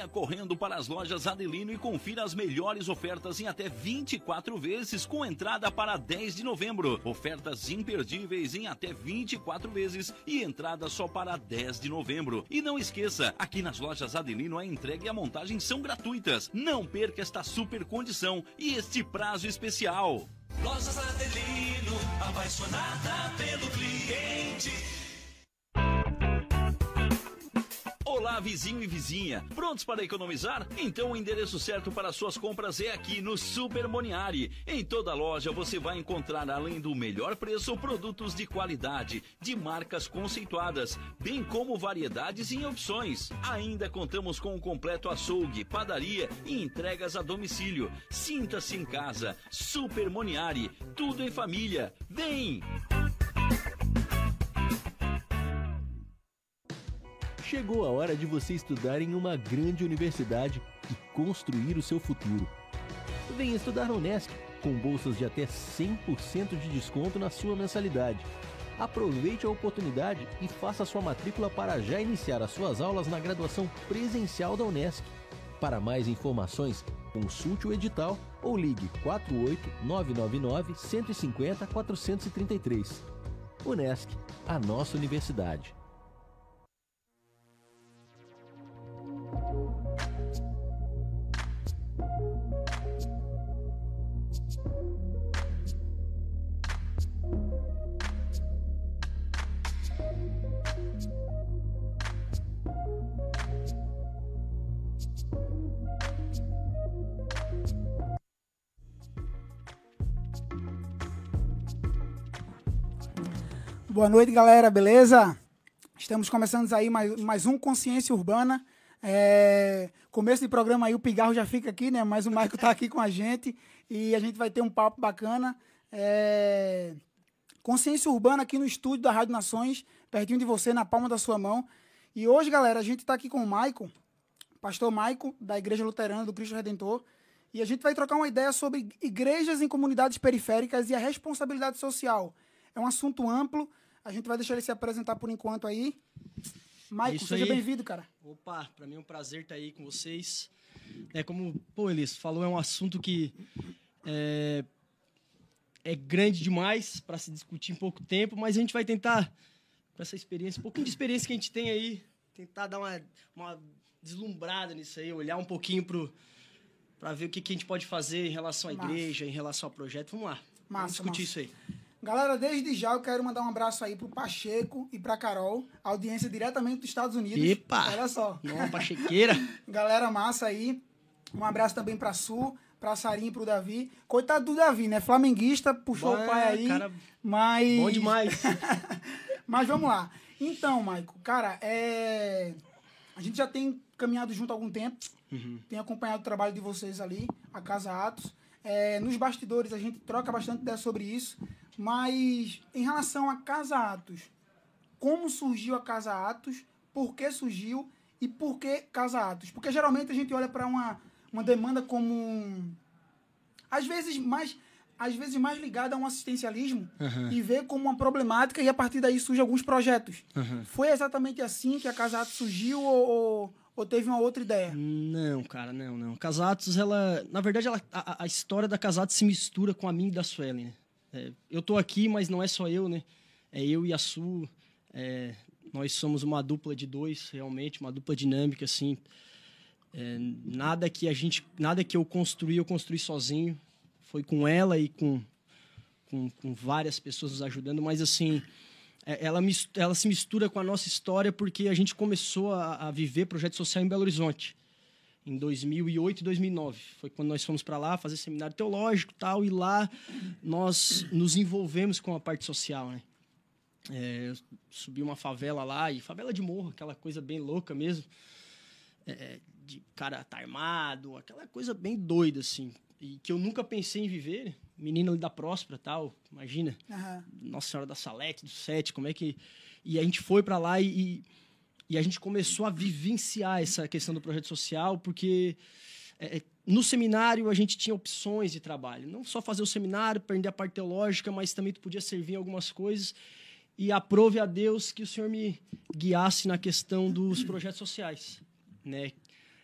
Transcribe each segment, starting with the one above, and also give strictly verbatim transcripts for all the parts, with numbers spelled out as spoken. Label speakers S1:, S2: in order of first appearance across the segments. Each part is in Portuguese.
S1: Venha correndo para as lojas Adelino e confira as melhores ofertas em até vinte e quatro vezes com entrada para dez de novembro. Ofertas imperdíveis em até vinte e quatro vezes e entrada só para dez de novembro. E não esqueça, aqui nas lojas Adelino a entrega e a montagem são gratuitas. Não perca esta super condição e este prazo especial.
S2: Lojas Adelino, apaixonada pelo cliente.
S1: Olá, vizinho e vizinha. Prontos para economizar? Então o endereço certo para suas compras é aqui no Super Moniari. Em toda loja você vai encontrar, além do melhor preço, produtos de qualidade, de marcas conceituadas, bem como variedades em opções. Ainda contamos com um completo açougue, padaria e entregas a domicílio. Sinta-se em casa. Super Moniari. Tudo em família. Vem!
S3: Chegou a hora de você estudar em uma grande universidade e construir o seu futuro. Venha estudar na Unesc, com bolsas de até cem por cento de desconto na sua mensalidade. Aproveite a oportunidade e faça sua matrícula para já iniciar as suas aulas na graduação presencial da Unesc. Para mais informações, consulte o edital ou ligue quatro oito nove nove nove, um cinco zero, quatro três três. Unesc, a nossa universidade.
S4: Boa noite, galera, beleza? Estamos começando aí mais, mais um Consciência Urbana. É, começo de programa aí, o Pigarro já fica aqui, né? Mas o Maico tá aqui com a gente e a gente vai ter um papo bacana. É, Consciência Urbana aqui no estúdio da Rádio Nações, pertinho de você, na palma da sua mão. E hoje, galera, a gente tá aqui com o Maico, pastor Maico, da Igreja Luterana do Cristo Redentor. E a gente vai trocar uma ideia sobre igrejas em comunidades periféricas e a responsabilidade social. É um assunto amplo. A gente vai deixar ele se apresentar por enquanto aí. Maicon, seja bem-vindo, cara.
S5: Opa, para mim é um prazer estar aí com vocês. É como, pô, Elis falou, é um assunto que é, é grande demais para se discutir em pouco tempo, mas a gente vai tentar, com essa experiência, um pouquinho de experiência que a gente tem aí, tentar dar uma, uma deslumbrada nisso aí, olhar um pouquinho para ver o que, que a gente pode fazer em relação à igreja, Massa. Em relação ao projeto. Vamos lá,
S4: Massa,
S5: vamos discutir
S4: massa.
S5: isso aí.
S4: Galera, desde já eu quero mandar um abraço aí pro Pacheco e pra Carol, audiência diretamente dos Estados Unidos.
S5: Epa!
S4: Olha só.
S5: Não, Pachequeira.
S4: Galera massa aí. Um abraço também pra Su, pra Sarinha e pro Davi. Coitado do Davi, né? Flamenguista, puxou Boa, o pai aí. Cara, mas...
S5: Bom demais.
S4: Mas vamos lá. Então, Maico, cara, é... a gente já tem caminhado junto há algum tempo. Uhum. Tem acompanhado o trabalho de vocês ali, a Casa Atos. É, nos bastidores a gente troca bastante ideia sobre isso. Mas, em relação a Casa Atos, como surgiu a Casa Atos, por que surgiu e por que Casa Atos? Porque, geralmente, a gente olha para uma, uma demanda como, um, às vezes, mais, às vezes, mais ligada a um assistencialismo uhum. e vê como uma problemática e, a partir daí, surgem alguns projetos. Uhum. Foi exatamente assim que a Casa Atos surgiu ou, ou, ou teve uma outra ideia?
S5: Não, cara, não, não. Casa Atos, ela... Na verdade, ela, a, a história da Casa Atos se mistura com a minha e da Suelen, né? É, eu estou aqui, mas não é só eu, né? É eu e a Su. É, nós somos uma dupla de dois, realmente, uma dupla dinâmica, assim. É, nada que a gente, nada que eu construí, eu construí sozinho. Foi com ela e com, com, com várias pessoas nos ajudando, mas assim, ela, ela se mistura com a nossa história porque a gente começou a, a viver projeto social em Belo Horizonte. Em dois mil e oito e dois mil e nove. Foi quando nós fomos para lá fazer seminário teológico e tal, e lá nós nos envolvemos com a parte social, né? É, subi uma favela lá, e favela de morro, aquela coisa bem louca mesmo, é, de cara tá armado, aquela coisa bem doida, assim, e que eu nunca pensei em viver, né? Menina ali da Próspera tal, imagina, uhum. Nossa Senhora da Salete, do Sete, como é que... E a gente foi para lá e... e E a gente começou a vivenciar essa questão do projeto social, porque é, no seminário a gente tinha opções de trabalho. Não só fazer o seminário, aprender a parte teológica, mas também tu podia servir em algumas coisas. E aprove a Deus que o Senhor me guiasse na questão dos projetos sociais, né?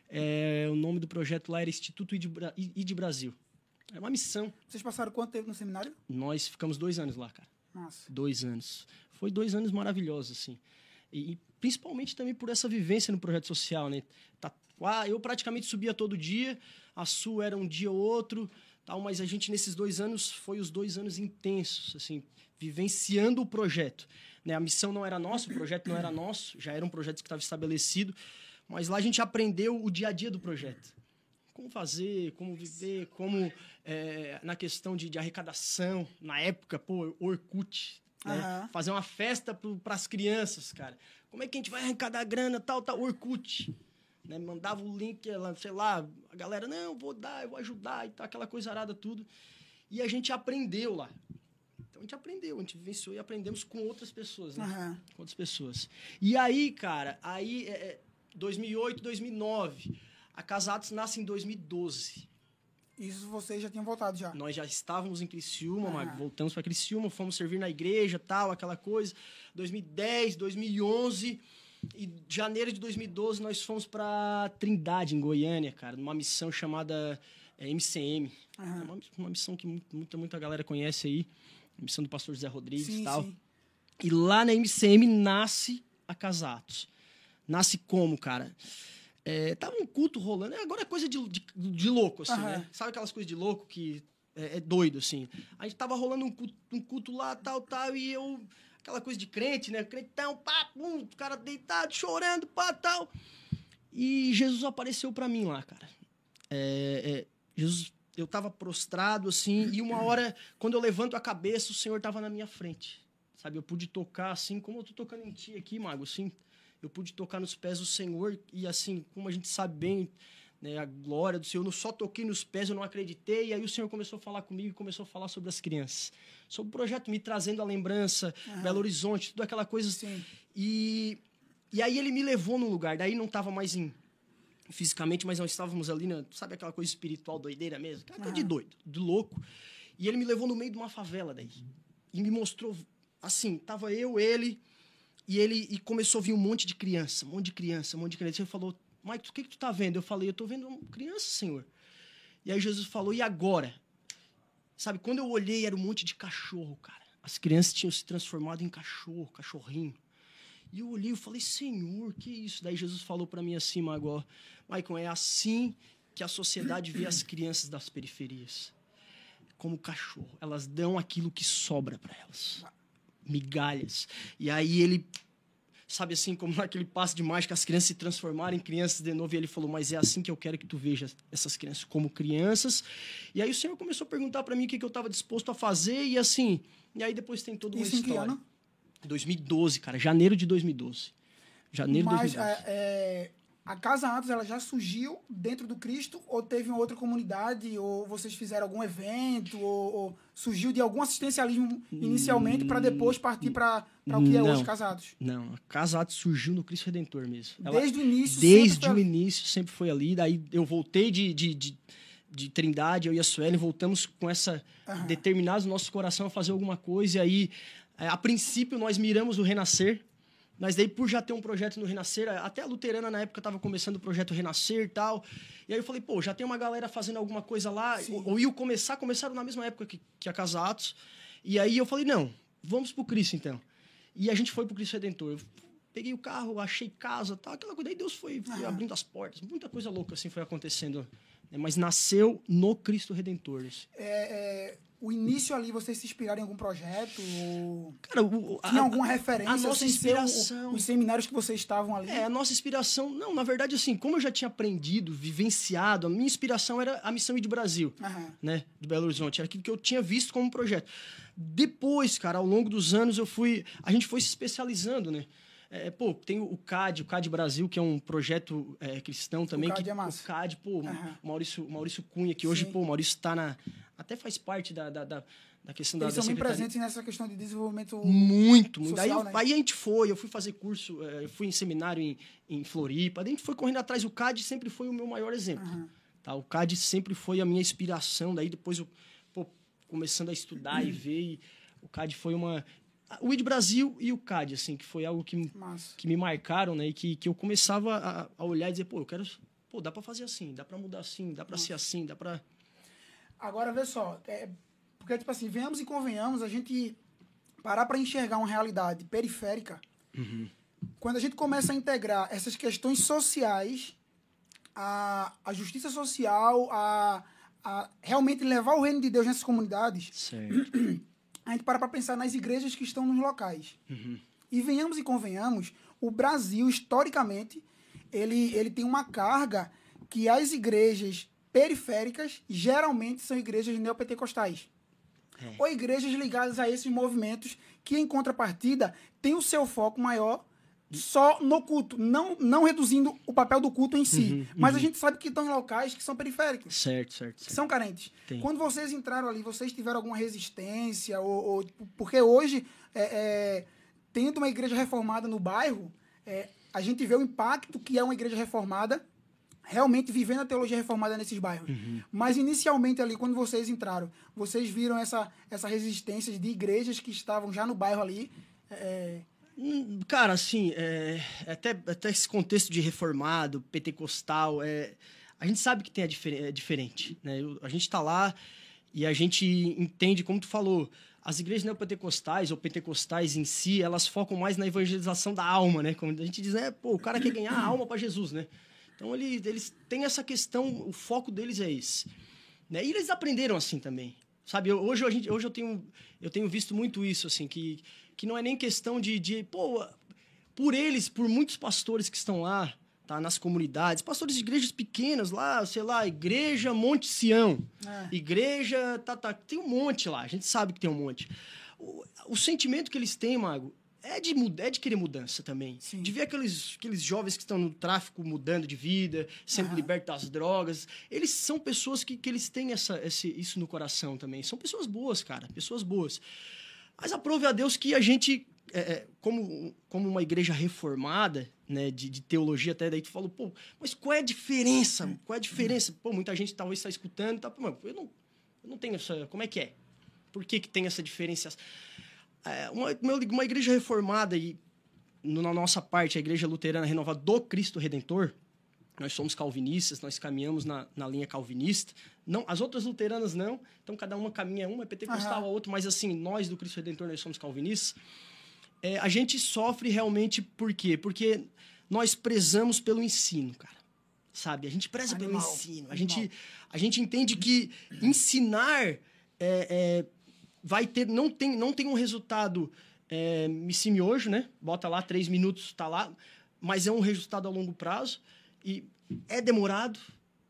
S5: É, o nome do projeto lá era Instituto I D, Bra- I D Brasil. É uma missão.
S4: Vocês passaram quanto tempo no seminário?
S5: Nós ficamos dois anos lá, cara.
S4: Nossa.
S5: Dois anos. Foi dois anos maravilhosos, assim. E, e principalmente também por essa vivência no projeto social, né? Tá, ah, eu praticamente subia todo dia, a Su era um dia ou outro, tal, mas a gente, nesses dois anos, foi os dois anos intensos, assim, vivenciando o projeto. Né? A missão não era nossa, o projeto não era nosso, já era um projeto que estava estabelecido, mas lá a gente aprendeu o dia a dia do projeto. Como fazer, como viver, como é, na questão de, de arrecadação, na época, pô, Orkut, né?
S4: Aham.
S5: Fazer uma festa para as crianças, cara. Como é que a gente vai arrecadar grana, tal, tal, Orkut. Né? Mandava o link, ela, sei lá, a galera, não, vou dar, eu vou ajudar e tal, aquela coisa arada, tudo. E a gente aprendeu lá. Então a gente aprendeu, a gente vivenciou e aprendemos com outras pessoas, né?
S4: Aham.
S5: Com outras pessoas. E aí, cara, aí, é, dois mil e oito, dois mil e nove... A Casados nasce em dois mil e doze.
S4: Isso vocês já tinham voltado já.
S5: Nós já estávamos em Criciúma,
S4: Ah.
S5: mas voltamos para Criciúma, fomos servir na igreja, tal, aquela coisa. dois mil e dez, dois mil e onze e janeiro de dois mil e doze nós fomos para Trindade, em Goiânia, cara, numa missão chamada é, M C M.
S4: Aham.
S5: É uma, uma missão que muita, muita galera conhece aí, a missão do pastor José Rodrigues e
S4: Sim,
S5: tal.
S4: sim.
S5: E lá na M C M nasce a Casados. Nasce como, cara? É, tava um culto rolando. Agora é coisa de, de, de louco, assim,
S4: Aham.
S5: né? Sabe aquelas coisas de louco que é, é doido, assim? A gente tava rolando um culto, um culto lá, tal, tal, e eu... Aquela coisa de crente, né? Crentão, pá, pum, o cara deitado, chorando, pá, tal. E Jesus apareceu pra mim lá, cara. É, é, Jesus... Eu tava prostrado, assim, e uma hora, quando eu levanto a cabeça, o Senhor tava na minha frente. Sabe? Eu pude tocar, assim, como eu tô tocando em ti aqui, Mago, assim... Eu pude tocar nos pés do Senhor e, assim, como a gente sabe bem, né, a glória do Senhor, eu não só toquei nos pés, eu não acreditei, e aí o Senhor começou a falar comigo e começou a falar sobre as crianças. Sobre o projeto, me trazendo a lembrança,
S4: Aham.
S5: Belo Horizonte, tudo aquela coisa.
S4: Sim.
S5: E, e aí ele me levou num lugar, daí não estava mais em fisicamente, mas nós estávamos ali, na, sabe aquela coisa espiritual, doideira mesmo? Aquela coisa de
S4: Aham.
S5: doido, de louco. E ele me levou no meio de uma favela daí. E me mostrou, assim, tava eu, ele... E ele e começou a vir um monte de criança, um monte de criança, um monte de criança. Ele falou, Mike, o que, que tu tá vendo? Eu falei, eu tô vendo criança, Senhor. E aí Jesus falou, e agora? Sabe, quando eu olhei, era um monte de cachorro, cara. As crianças tinham se transformado em cachorro, cachorrinho. E eu olhei e falei, Senhor, que isso? Daí Jesus falou para mim assim, Magó, Michael, é assim que a sociedade vê as crianças das periferias. Como cachorro. Elas dão aquilo que sobra para elas. Migalhas. E aí ele, sabe assim, como naquele passe de mágica, as crianças se transformarem em crianças de novo, e ele falou, mas é assim que eu quero que tu veja essas crianças como crianças. E aí o Senhor começou a perguntar para mim o que, que eu estava disposto a fazer, e assim, e aí depois tem toda uma
S4: Isso em que
S5: história.
S4: ano?
S5: dois mil e doze, cara, janeiro de dois mil e doze. Janeiro de
S4: Mas
S5: dois mil e doze.
S4: é, é, a Casa Atos, ela já surgiu dentro do Cristo, ou teve uma outra comunidade, ou vocês fizeram algum evento, ou, ou surgiu de algum assistencialismo inicialmente para depois partir para o que é
S5: Não.
S4: hoje Casa Atos?
S5: Não, a Casa Atos surgiu no Cristo Redentor mesmo. Ela-
S4: Desde o início,
S5: Desde
S4: sempre
S5: o
S4: foi-
S5: início, sempre foi ali. Daí eu voltei de, de, de, de Trindade, eu e a Suelen, voltamos com essa...
S4: Aham.
S5: Determinados no nosso coração a fazer alguma coisa. E aí, é, a princípio, nós miramos o Renascer. Mas daí, por já ter um projeto no Renascer, até a Luterana, na época, estava começando o projeto Renascer e tal. E aí eu falei, pô, já tem uma galera fazendo alguma coisa lá.
S4: Sim.
S5: Ou, ou iam começar, começaram na mesma época que, que a Casa Atos. E aí eu falei, não, vamos pro Cristo, então. E a gente foi pro Cristo Redentor. Eu peguei o carro, achei casa, tal, aquela coisa. Daí Deus foi, foi
S4: Aham.
S5: abrindo as portas. Muita coisa louca, assim, foi acontecendo. Né? Mas nasceu no Cristo Redentor. Assim.
S4: É, é, o início ali, vocês se inspiraram em algum projeto? Ou
S5: Cara, o, o-
S4: tinha
S5: a-
S4: alguma referência?
S5: a nossa
S4: sem ser o-
S5: inspiração...
S4: os seminários que vocês estavam ali?
S5: É, a nossa inspiração... Não, na verdade, assim, como eu já tinha aprendido, vivenciado, a minha inspiração era a Missão I D Brasil,
S4: Aham.
S5: né? Do Belo Horizonte. Era aquilo que eu tinha visto como projeto. Depois, cara, ao longo dos anos, eu fui... A gente foi se especializando, né? É, pô, tem o C A D, o C A D Brasil, que é um projeto é, cristão também.
S4: C A D
S5: que,
S4: é massa.
S5: O C A D, pô,
S4: Aham.
S5: o Maurício, o Maurício Cunha, que hoje,
S4: Sim.
S5: pô, o Maurício está na... Até faz parte da, da, da, da questão da,
S4: Eles
S5: da
S4: são bem
S5: secretaria.
S4: presentes nessa questão de desenvolvimento.
S5: Muito, muito.
S4: social,
S5: Daí eu-
S4: né?
S5: aí a gente foi, eu fui fazer curso, eh, eu fui em seminário em, em Floripa, daí a gente foi correndo atrás. O C A D sempre foi o meu maior exemplo.
S4: Aham.
S5: Tá? O C A D sempre foi a minha inspiração. Daí depois eu, pô, começando a estudar e ver, e o C A D foi uma... O I D Brasil e o C A D, assim, que foi algo que,
S4: Massa.
S5: que me marcaram, né? E que, que eu começava a, a olhar e dizer, pô, eu quero... Pô, pô, dá para fazer assim, dá para mudar assim, dá para ser assim, dá para...
S4: Agora, vê só, é, porque, tipo assim, venhamos e convenhamos, a gente parar para enxergar uma realidade periférica,
S5: Uhum.
S4: quando a gente começa a integrar essas questões sociais, a, a justiça social, a, a realmente levar o reino de Deus nessas comunidades,
S5: Certo.
S4: a gente para para pensar nas igrejas que estão nos locais.
S5: Uhum.
S4: E venhamos e convenhamos, o Brasil, historicamente, ele, ele tem uma carga que as igrejas periféricas geralmente são igrejas neopentecostais.
S5: É.
S4: Ou igrejas ligadas a esses movimentos que, em contrapartida, têm o seu foco maior só no culto, não, não reduzindo o papel do culto em si.
S5: Uhum,
S4: Mas
S5: uhum.
S4: a gente sabe que estão em locais que são periféricos,
S5: Certo, certo,
S4: que
S5: certo.
S4: são carentes.
S5: Tem.
S4: Quando vocês entraram ali, vocês tiveram alguma resistência? Ou, ou, tipo, porque hoje, é, é, tendo uma igreja reformada no bairro, é, a gente vê o impacto que é uma igreja reformada realmente vivendo a teologia reformada nesses bairros.
S5: Uhum.
S4: Mas inicialmente ali, quando vocês entraram, vocês viram essa, essa resistência de igrejas que estavam já no bairro ali. É...
S5: Hum, Cara, assim, é, até, até esse contexto de reformado, pentecostal, é, a gente sabe que tem a difer é diferente, né? Eu- a gente está lá e a gente entende, como tu falou, as igrejas neopentecostais ou pentecostais em si, elas focam mais na evangelização da alma, né? Como a gente diz, né? Pô, o cara quer ganhar a alma para Jesus, né? Então, eles, eles têm essa questão, o foco deles é esse. Né? E eles aprenderam assim também. Sabe, eu, hoje, a gente, hoje eu, tenho, eu tenho visto muito isso, assim, que, que não é nem questão de, de... Pô, por eles, por muitos pastores que estão lá, tá, nas comunidades, pastores de igrejas pequenas lá, sei lá, Igreja Monte Sião,
S4: É.
S5: Igreja... Tá, tá, tem um monte lá, a gente sabe que tem um monte. O, o sentimento que eles têm, Mago, é de, mud- é de querer mudança também.
S4: Sim.
S5: De ver aqueles, aqueles jovens que estão no tráfico mudando de vida, sendo
S4: Aham.
S5: libertos das drogas. Eles são pessoas que, que eles têm essa, esse, isso no coração também. São pessoas boas, cara. Pessoas boas. Mas aprove a Deus que a gente, é, é, como, como uma igreja reformada, né, de, de teologia até, daí tu falou, pô, mas qual é a diferença? Qual é a diferença? Pô, muita gente talvez está escutando, tá, pô, mas eu não, eu não tenho essa... Como é que é? Por que que tem essa diferença? É, uma, uma igreja reformada e no- na nossa parte, a igreja luterana renovada do Cristo Redentor, nós somos calvinistas, nós caminhamos na, na linha calvinista. Não, as outras luteranas não, então cada uma caminha, uma é pentecostal,
S4: Aham.
S5: a outra, mas assim, nós do Cristo Redentor, nós somos calvinistas. É, a gente sofre realmente por quê? Porque nós prezamos pelo ensino, cara. Sabe? A gente preza
S4: Animal,
S5: pelo ensino. A
S4: animal.
S5: gente, a gente entende que ensinar é, é, vai ter, não tem, não tem um resultado é, miojo, né? Bota lá, três minutos, tá lá. Mas é um resultado a longo prazo. E é demorado,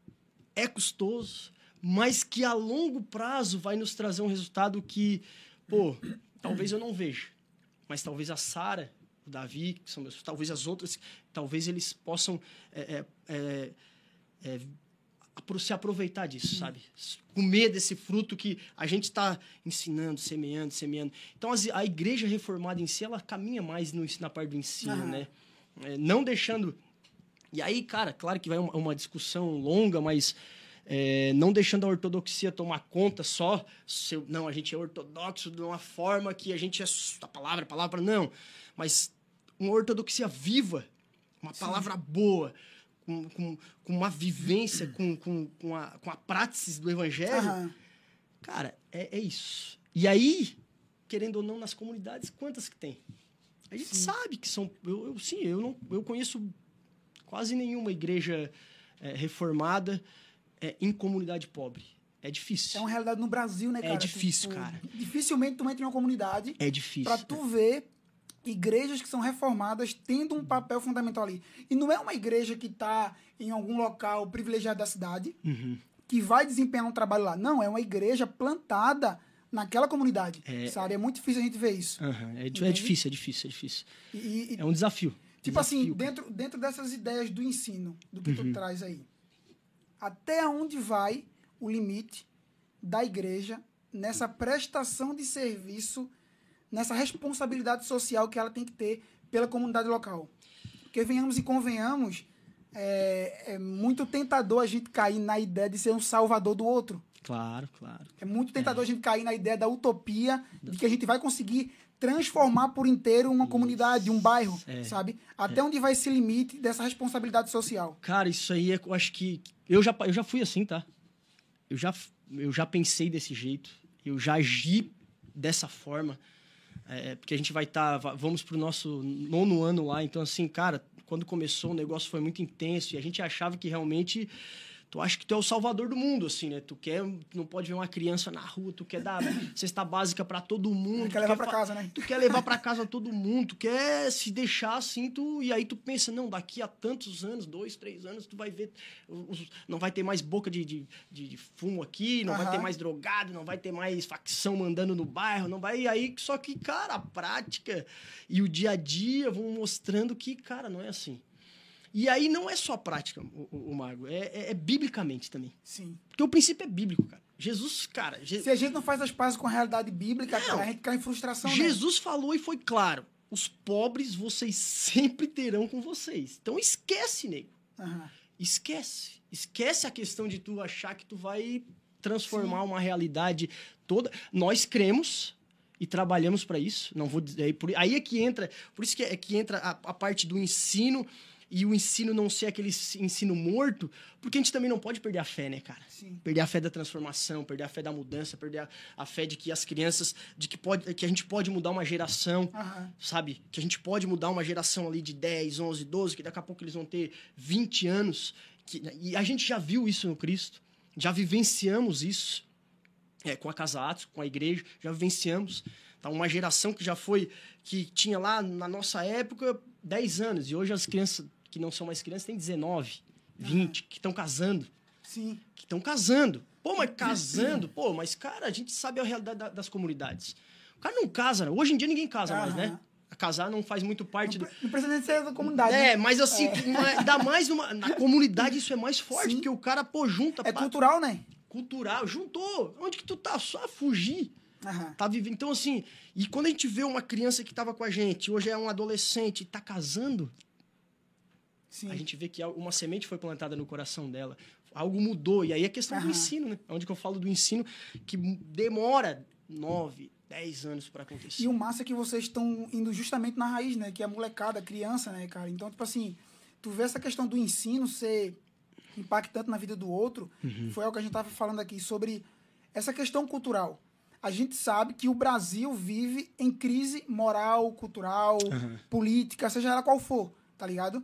S5: é custoso, mas que a longo prazo vai nos trazer um resultado que, pô, talvez eu não veja. Mas talvez a Sara, o Davi, que são meus, talvez as outras, talvez eles possam é, é, é, é, apro- se aproveitar disso, sabe? Comer desse fruto que a gente está ensinando, semeando, semeando. Então, as- a igreja reformada em si, ela caminha mais no, ens- na parte do ensino,
S4: Aham.
S5: né? É, não deixando... E aí, cara, claro que vai uma, uma discussão longa, mas é, não deixando a ortodoxia tomar conta só. Se eu- não, a gente é ortodoxo de uma forma que a gente é s- a palavra, a palavra, não. Mas uma ortodoxia viva, uma palavra boa, com, com, com uma vivência, com, com, com, a, com a prática do evangelho.
S4: Aham.
S5: Cara, é, é isso. E aí, querendo ou não, nas comunidades, quantas que tem? A gente sabe que são... Eu, eu, sim, eu, não, eu conheço quase nenhuma igreja é, reformada é, em comunidade pobre. É difícil.
S4: É uma realidade no Brasil, né,
S5: É
S4: cara?
S5: difícil,
S4: Tipo,
S5: cara.
S4: Dificilmente tu entra em uma comunidade
S5: É difícil.
S4: pra tu ver igrejas que são reformadas tendo um papel fundamental ali. E não é uma igreja que tá em algum local privilegiado da cidade,
S5: Uhum.
S4: que vai desempenhar um trabalho lá. Não, é uma igreja plantada naquela comunidade,
S5: É.
S4: sabe? É muito difícil a gente ver isso.
S5: Aham, É, di- é
S4: Entende?
S5: difícil, é difícil, é difícil.
S4: E, e-
S5: É um desafio.
S4: tipo assim,
S5: Desafio, cara.
S4: dentro, dentro dessas ideias do ensino, do que
S5: Uhum.
S4: tu traz aí, até onde vai o limite da igreja nessa prestação de serviço, nessa responsabilidade social que ela tem que ter pela comunidade local? Porque venhamos e convenhamos, é, é muito tentador a gente cair na ideia de ser um salvador do outro.
S5: Claro, claro.
S4: É muito tentador é. a gente cair na ideia da utopia, de que a gente vai conseguir transformar por inteiro uma comunidade, um bairro, é. sabe? Até é. onde vai esse limite dessa responsabilidade social?
S5: Cara, isso aí, é, eu acho que... Eu já, eu já fui assim, tá? Eu já, eu já pensei desse jeito. Eu já agi dessa forma. É, porque a gente vai estar... Tá, vamos pro nosso nono ano lá. Então, assim, cara, quando começou o negócio foi muito intenso. E a gente achava que realmente... Tu acha que tu é o salvador do mundo, assim, né? Tu quer, não pode ver uma criança na rua, tu quer dar cesta básica pra todo mundo.
S4: Tu quer levar pra casa, né?
S5: Tu quer levar pra casa todo mundo, tu quer se deixar assim, tu... E aí tu pensa, não, daqui a tantos anos, dois, três anos, tu vai ver... Os, não vai ter mais boca de, de, de, de fumo aqui, não uhum. vai ter mais drogado, não vai ter mais facção mandando no bairro, não vai... E aí, só que, cara, a prática e o dia a dia vão mostrando que, cara, não é assim. E aí não é só prática, o, o, o Mago, é, é, é biblicamente também.
S4: Sim.
S5: Porque o princípio é bíblico, cara. Jesus, cara... Je...
S4: Se a gente não faz as pazes com a realidade bíblica, cara, a gente cai em frustração.
S5: Jesus
S4: né?
S5: falou e foi claro. Os pobres vocês sempre terão com vocês. Então esquece, nego. Uhum. Esquece. Esquece a questão de tu achar que tu vai transformar Sim. uma realidade toda. Nós cremos... E trabalhamos para isso. Não vou dizer... Aí é que entra... Por isso que é que entra a, a parte do ensino... E o ensino não ser aquele ensino morto, porque a gente também não pode perder a fé, né, cara?
S4: Sim.
S5: Perder a fé da transformação, perder a fé da mudança, perder a, a fé de que as crianças, de que, pode, que a gente pode mudar uma geração, uhum. sabe? Que a gente pode mudar uma geração ali de dez, onze, doze, que daqui a pouco eles vão ter vinte anos. Que, e a gente já viu isso no Cristo, já vivenciamos isso é, com a Casa Atos, com a igreja, já vivenciamos. Tá, uma geração que já foi, que tinha lá na nossa época dez anos, e hoje as crianças... que não são mais crianças, têm dezenove, vinte, que estão casando.
S4: Sim.
S5: Que estão casando. Pô, mas casando, pô, mas, cara, a gente sabe a realidade da, das comunidades. O cara não casa, né? Hoje em dia ninguém casa uhum. mais, né? A casar não faz muito parte
S4: não,
S5: do...
S4: Não precisa nem ser da comunidade.
S5: É,
S4: né?
S5: mas assim,
S4: é.
S5: uma, dá mais numa... Na comunidade isso é mais forte,
S4: Sim.
S5: porque o cara, pô, junta...
S4: É
S5: pá,
S4: cultural, né?
S5: Cultural, juntou. Onde que tu tá? Só fugir.
S4: Uhum.
S5: Tá vivendo. Então, assim, e quando a gente vê uma criança que tava com a gente, hoje é um adolescente e tá casando... Sim. A gente vê que uma semente foi plantada no coração dela. Algo mudou. E aí a questão uhum. do ensino, né? Onde que eu falo do ensino que demora nove, dez anos para acontecer.
S4: E o massa é que vocês estão indo justamente na raiz, né? Que é a molecada, a criança, né, cara? Então, tipo assim, tu vê essa questão do ensino ser impactante na vida do outro, uhum. foi algo que a gente tava falando aqui sobre essa questão cultural. A gente sabe que o Brasil vive em crise moral, cultural, uhum. política, seja ela qual for, tá ligado?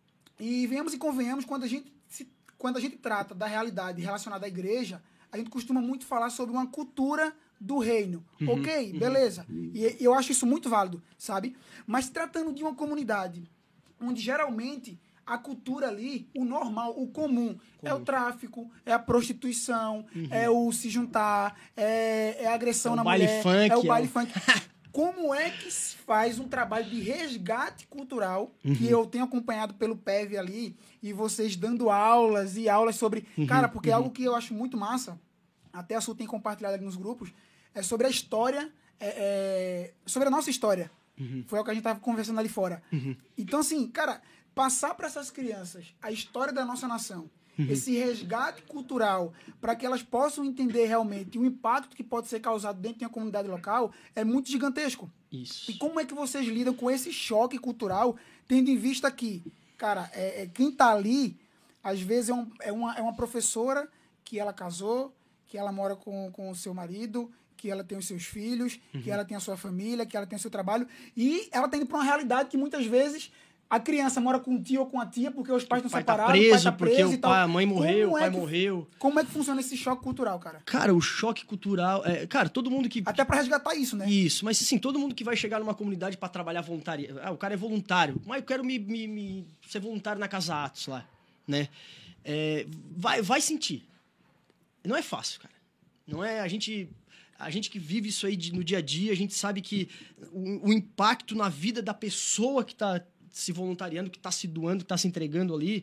S4: E venhamos e convenhamos, quando a gente, se, quando a gente trata da realidade relacionada à igreja, a gente costuma muito falar sobre uma cultura do reino. Uhum, ok, beleza. Uhum. E eu acho isso muito válido, sabe? Mas tratando de uma comunidade onde geralmente a cultura ali, o normal, o comum, comum. é o tráfico, é a prostituição, uhum. é o se juntar, é, é a agressão é na
S5: baile
S4: mulher,
S5: funk,
S4: é o baile
S5: é o...
S4: funk. Como é que se faz um trabalho de resgate cultural, uhum. que eu tenho acompanhado pelo P E V ali, e vocês dando aulas e aulas sobre... Uhum. Cara, porque uhum. é algo que eu acho muito massa, até a Su tem compartilhado ali nos grupos, é sobre a história, é, é, sobre a nossa história. Uhum. Foi o que a gente estava conversando ali fora. Uhum. Então, assim, cara, passar para essas crianças a história da nossa nação, uhum. esse resgate cultural, para que elas possam entender realmente o impacto que pode ser causado dentro de uma comunidade local, é muito gigantesco.
S5: Isso.
S4: E como é que vocês lidam com esse choque cultural, tendo em vista que, cara, é, é, quem tá ali, às vezes é, um, é, uma, é uma professora que ela casou, que ela mora com, com o seu marido, que ela tem os seus filhos, uhum. que ela tem a sua família, que ela tem o seu trabalho, e ela tá indo para uma realidade que muitas vezes a criança mora com o tio ou com a tia porque os pais estão separados,
S5: tá preso,
S4: o pai tá preso
S5: porque
S4: e
S5: o
S4: tal.
S5: pai, a mãe morreu,
S4: como
S5: o pai
S4: é que,
S5: morreu.
S4: Como é que funciona esse choque cultural, cara?
S5: Cara, o choque cultural... É, cara, todo mundo que...
S4: Até para resgatar isso, né?
S5: Isso, mas assim, todo mundo que vai chegar numa comunidade para trabalhar voluntário... Ah, o cara é voluntário, mas eu quero me, me, me ser voluntário na Casa Atos lá, né? É, vai, vai sentir. Não é fácil, cara. Não é... A gente... A gente que vive isso aí de, no dia a dia, a gente sabe que o, o impacto na vida da pessoa que está se voluntariando, que está se doando, que está se entregando ali,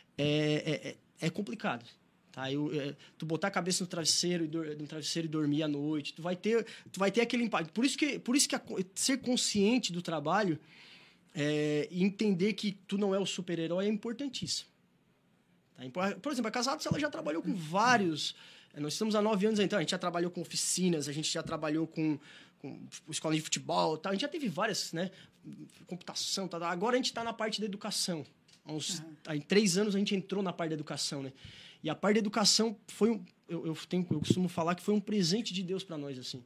S5: é, é, é complicado. Tá? Eu, é, tu botar a cabeça no travesseiro, e do, no travesseiro e dormir à noite, tu vai ter, tu vai ter aquele impacto. Por isso que, por isso que a, ser consciente do trabalho é, e entender que tu não é o super-herói é importantíssimo. Tá? Por exemplo, a Casa Atos, ela já trabalhou com vários... Nós estamos há nove anos, então, a gente já trabalhou com oficinas, a gente já trabalhou com, com escola de futebol, tal. A gente já teve várias, né? Computação, tal. Agora a gente está na parte da educação. Há uns, uhum. Há três anos a gente entrou na parte da educação, né? E a parte da educação foi um... Eu, eu, tenho, eu costumo falar que foi um presente de Deus para nós, assim.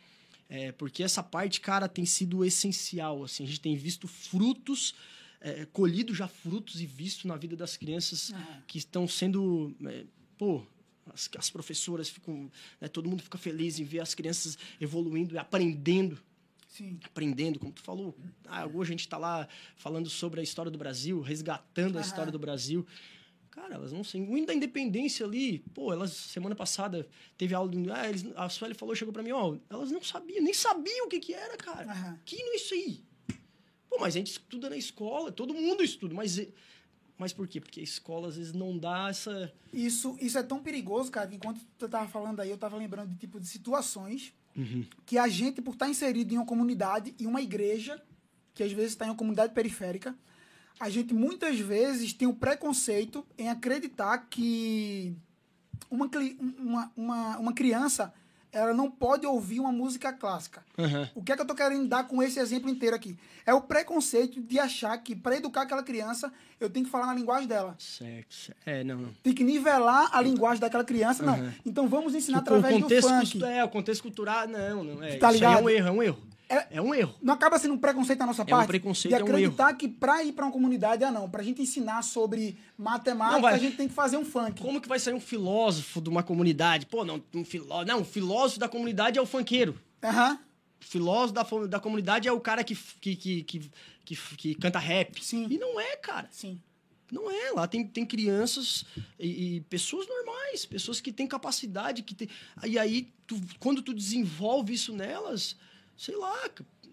S5: É, porque essa parte, cara, tem sido essencial, assim. A gente tem visto frutos, é, colhido já frutos e visto na vida das crianças uhum. que estão sendo... É, pô... As, as professoras ficam... Né, todo mundo fica feliz em ver as crianças evoluindo e aprendendo.
S4: Sim.
S5: Aprendendo, como tu falou. Ah, hoje a gente está lá falando sobre a história do Brasil, resgatando a
S4: Aham.
S5: história do Brasil. Cara, elas não sei. O hino da independência ali... Pô, elas, semana passada, teve aula... Do, ah, eles, a Sueli falou, chegou para mim, ó... Elas não sabiam, nem sabiam o que que era, cara.
S4: Aham.
S5: Que hino é isso aí? Pô, mas a gente estuda na escola, todo mundo estuda, mas... Mas por quê? Porque a escola, às vezes, não dá essa...
S4: Isso, isso é tão perigoso, cara, que enquanto tu tava falando aí, eu tava lembrando de tipo de situações
S5: Uhum.
S4: que a gente, por estar inserido em uma comunidade, em uma igreja, que às vezes está em uma comunidade periférica, a gente muitas vezes tem o preconceito em acreditar que uma, cli- uma, uma, uma criança... ela não pode ouvir uma música clássica.
S5: Uhum.
S4: O que é que eu tô querendo dar com esse exemplo inteiro aqui? É o preconceito de achar que, para educar aquela criança, eu tenho que falar na linguagem dela.
S5: Certo, certo. É, não, não.
S4: Tem que nivelar a linguagem daquela criança. Não.
S5: Uhum.
S4: Então vamos ensinar
S5: O
S4: através do
S5: contexto
S4: funk.
S5: cultu- É, o contexto cultural, não, não. É,
S4: Tá
S5: isso aí é
S4: ligado?
S5: um erro, é um erro.
S4: É-
S5: É um erro.
S4: Não acaba sendo um preconceito da nossa
S5: um
S4: parte?
S5: preconceito,
S4: de
S5: é um
S4: acreditar que para ir para uma comunidade, ah não, pra gente ensinar sobre matemática,
S5: Não, vai.
S4: a gente tem que fazer um funk.
S5: Como que vai sair um filósofo de uma comunidade? Pô, não, um filó... não, um filósofo da comunidade é o funkeiro.
S4: Aham.
S5: O filósofo da, fo- da comunidade é o cara que, que, que, que, que, que canta rap.
S4: Sim.
S5: E não é, cara.
S4: Sim.
S5: Não é. Lá tem, tem crianças e, e pessoas normais, pessoas que têm capacidade. Que tem... E aí, tu, quando tu desenvolve isso nelas, sei lá,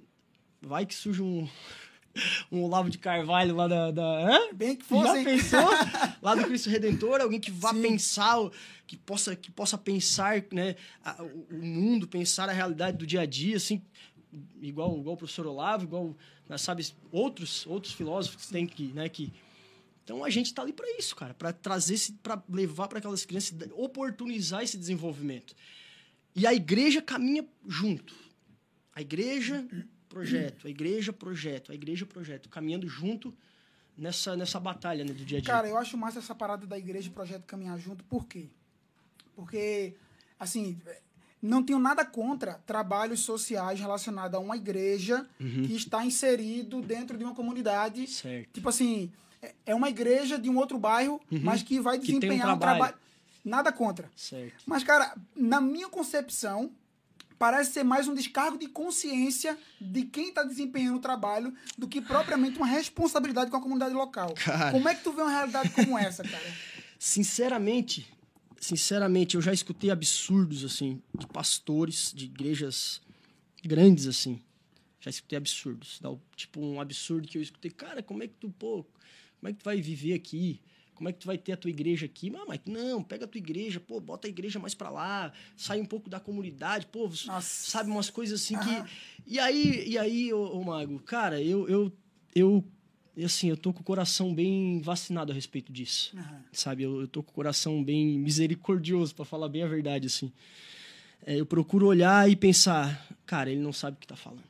S5: vai que surge um, um Olavo de Carvalho lá da... da hã?
S4: Bem que fosse,
S5: Já
S4: hein?
S5: pensou? Lá do Cristo Redentor, alguém que vá
S4: Sim.
S5: pensar, que possa, que possa pensar, né, a- o o mundo, pensar a realidade do dia a dia, assim, igual, igual o professor Olavo, igual, né, sabe, outros, outros filósofos que tem que, né, que... Então a gente está ali para isso, cara, para trazer, para levar para aquelas crianças, oportunizar esse desenvolvimento. E a igreja caminha junto. A igreja, projeto, a igreja, projeto, a igreja, projeto, caminhando junto nessa, nessa batalha, né, do dia a dia.
S4: Cara, eu acho massa essa parada da igreja e projeto caminhar junto. Por quê? Porque, assim, não tenho nada contra trabalhos sociais relacionados a uma igreja
S5: Uhum.
S4: que está inserido dentro de uma comunidade.
S5: Certo.
S4: Tipo assim, é- é uma igreja de um outro bairro, mas que vai
S5: Que tem um
S4: desempenhar um
S5: trabalho.
S4: trabalho. Nada contra.
S5: Certo.
S4: Mas, cara, na minha concepção, parece ser mais um descargo de consciência de quem está desempenhando o trabalho do que propriamente uma responsabilidade com a comunidade local.
S5: Cara.
S4: Como é que tu vê uma realidade como essa, cara?
S5: Sinceramente, sinceramente, eu já escutei absurdos, assim, de pastores, de igrejas grandes, assim. Já escutei absurdos. Dá o- Tipo, um absurdo que eu escutei. Cara, como é que tu, pô, como é que tu vai viver aqui? Como é que tu vai ter a tua igreja aqui? Mas, mas não, pega a tua igreja, pô, bota a igreja mais pra lá, sai um pouco da comunidade, pô,
S4: Nossa.
S5: sabe, umas coisas assim
S4: Aham.
S5: que... E aí, e aí ô, ô, Mago, cara, eu, eu, eu, assim, eu tô com o coração bem vacinado a respeito disso.
S4: Aham.
S5: Sabe, eu, eu tô com o coração bem misericordioso, pra falar bem a verdade, assim. É, eu procuro olhar e pensar, cara, ele não sabe o que tá falando.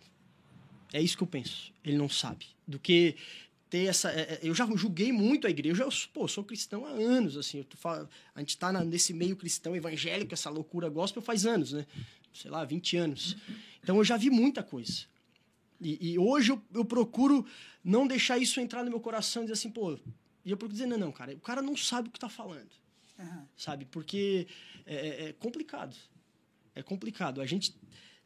S5: É isso que eu penso. Ele não sabe. Do que ter essa... é, é, eu já julguei muito a igreja. Eu, pô, sou cristão há anos, assim. Eu tô fal- a gente tá na- nesse meio cristão evangélico, essa loucura gospel faz anos, né? Sei lá, vinte anos. Então, eu já vi muita coisa. E, e hoje eu, eu procuro não deixar isso entrar no meu coração e dizer assim, pô... E eu procuro dizer, não, não, cara. O cara não sabe o que tá falando.
S4: Aham.
S5: Sabe? Porque é, é- é complicado. É complicado. A gente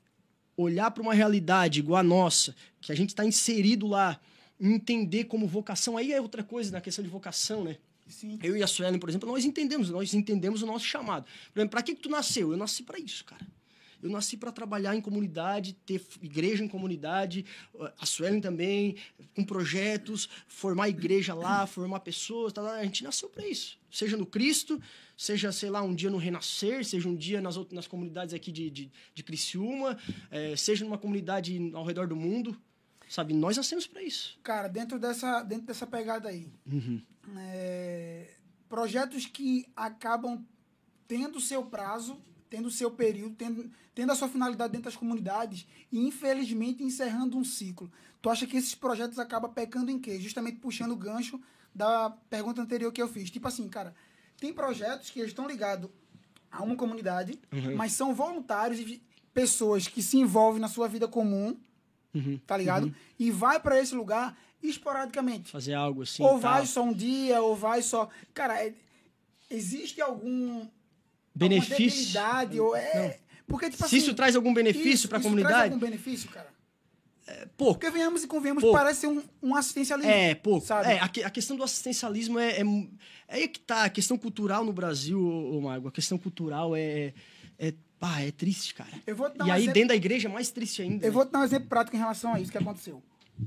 S5: olhar para uma realidade igual a nossa, que a gente está inserido lá, e entender como vocação, aí é outra coisa na questão de vocação, né?
S4: Sim.
S5: Eu e a Suelen, por exemplo, nós entendemos, nós entendemos o nosso chamado. Por exemplo, para que que tu nasceu? Eu nasci para isso, cara. Eu nasci para trabalhar em comunidade, ter igreja em comunidade, a Suelen também, com projetos, formar igreja lá, formar pessoas, tá, a gente nasceu para isso. Seja no Cristo, seja, sei lá, um dia no Renascer, seja um dia nas, outras, nas comunidades aqui de, de, de Criciúma, é, seja numa comunidade ao redor do mundo, sabe? Nós nascemos para isso.
S4: Cara, dentro dessa, dentro dessa pegada aí,
S5: Uhum.
S4: é, projetos que acabam tendo o seu prazo, tendo o seu período, tendo, tendo a sua finalidade dentro das comunidades e, infelizmente, encerrando um ciclo. Tu acha que esses projetos acabam pecando em quê? Justamente puxando o gancho da pergunta anterior que eu fiz. Tipo assim, cara, tem projetos que estão ligados a uma comunidade, uhum. mas são voluntários e pessoas que se envolvem na sua vida comum, uhum. tá ligado? Uhum. E vai para esse lugar esporadicamente.
S5: Fazer algo assim.
S4: Ou vai só um dia, ou vai só... Cara, é... existe algum...
S5: benefício?
S4: Ou é... Porque, tipo
S5: Se
S4: assim,
S5: isso traz algum benefício para a comunidade...
S4: Isso traz algum benefício, cara?
S5: É, pouco.
S4: Porque venhamos e convenhamos,
S5: pouco.
S4: Parece ser um, um assistencialismo.
S5: É, pouco.
S4: Sabe?
S5: É, a, a questão do assistencialismo é, é... É aí que tá. A questão cultural no Brasil, ô, ô Mago, a questão cultural é... é ah, é triste, cara.
S4: Eu vou dar
S5: e
S4: um
S5: aí,
S4: exemplo...
S5: dentro da igreja, é mais triste ainda.
S4: Eu
S5: né?
S4: vou te dar um exemplo prático em relação a isso que aconteceu.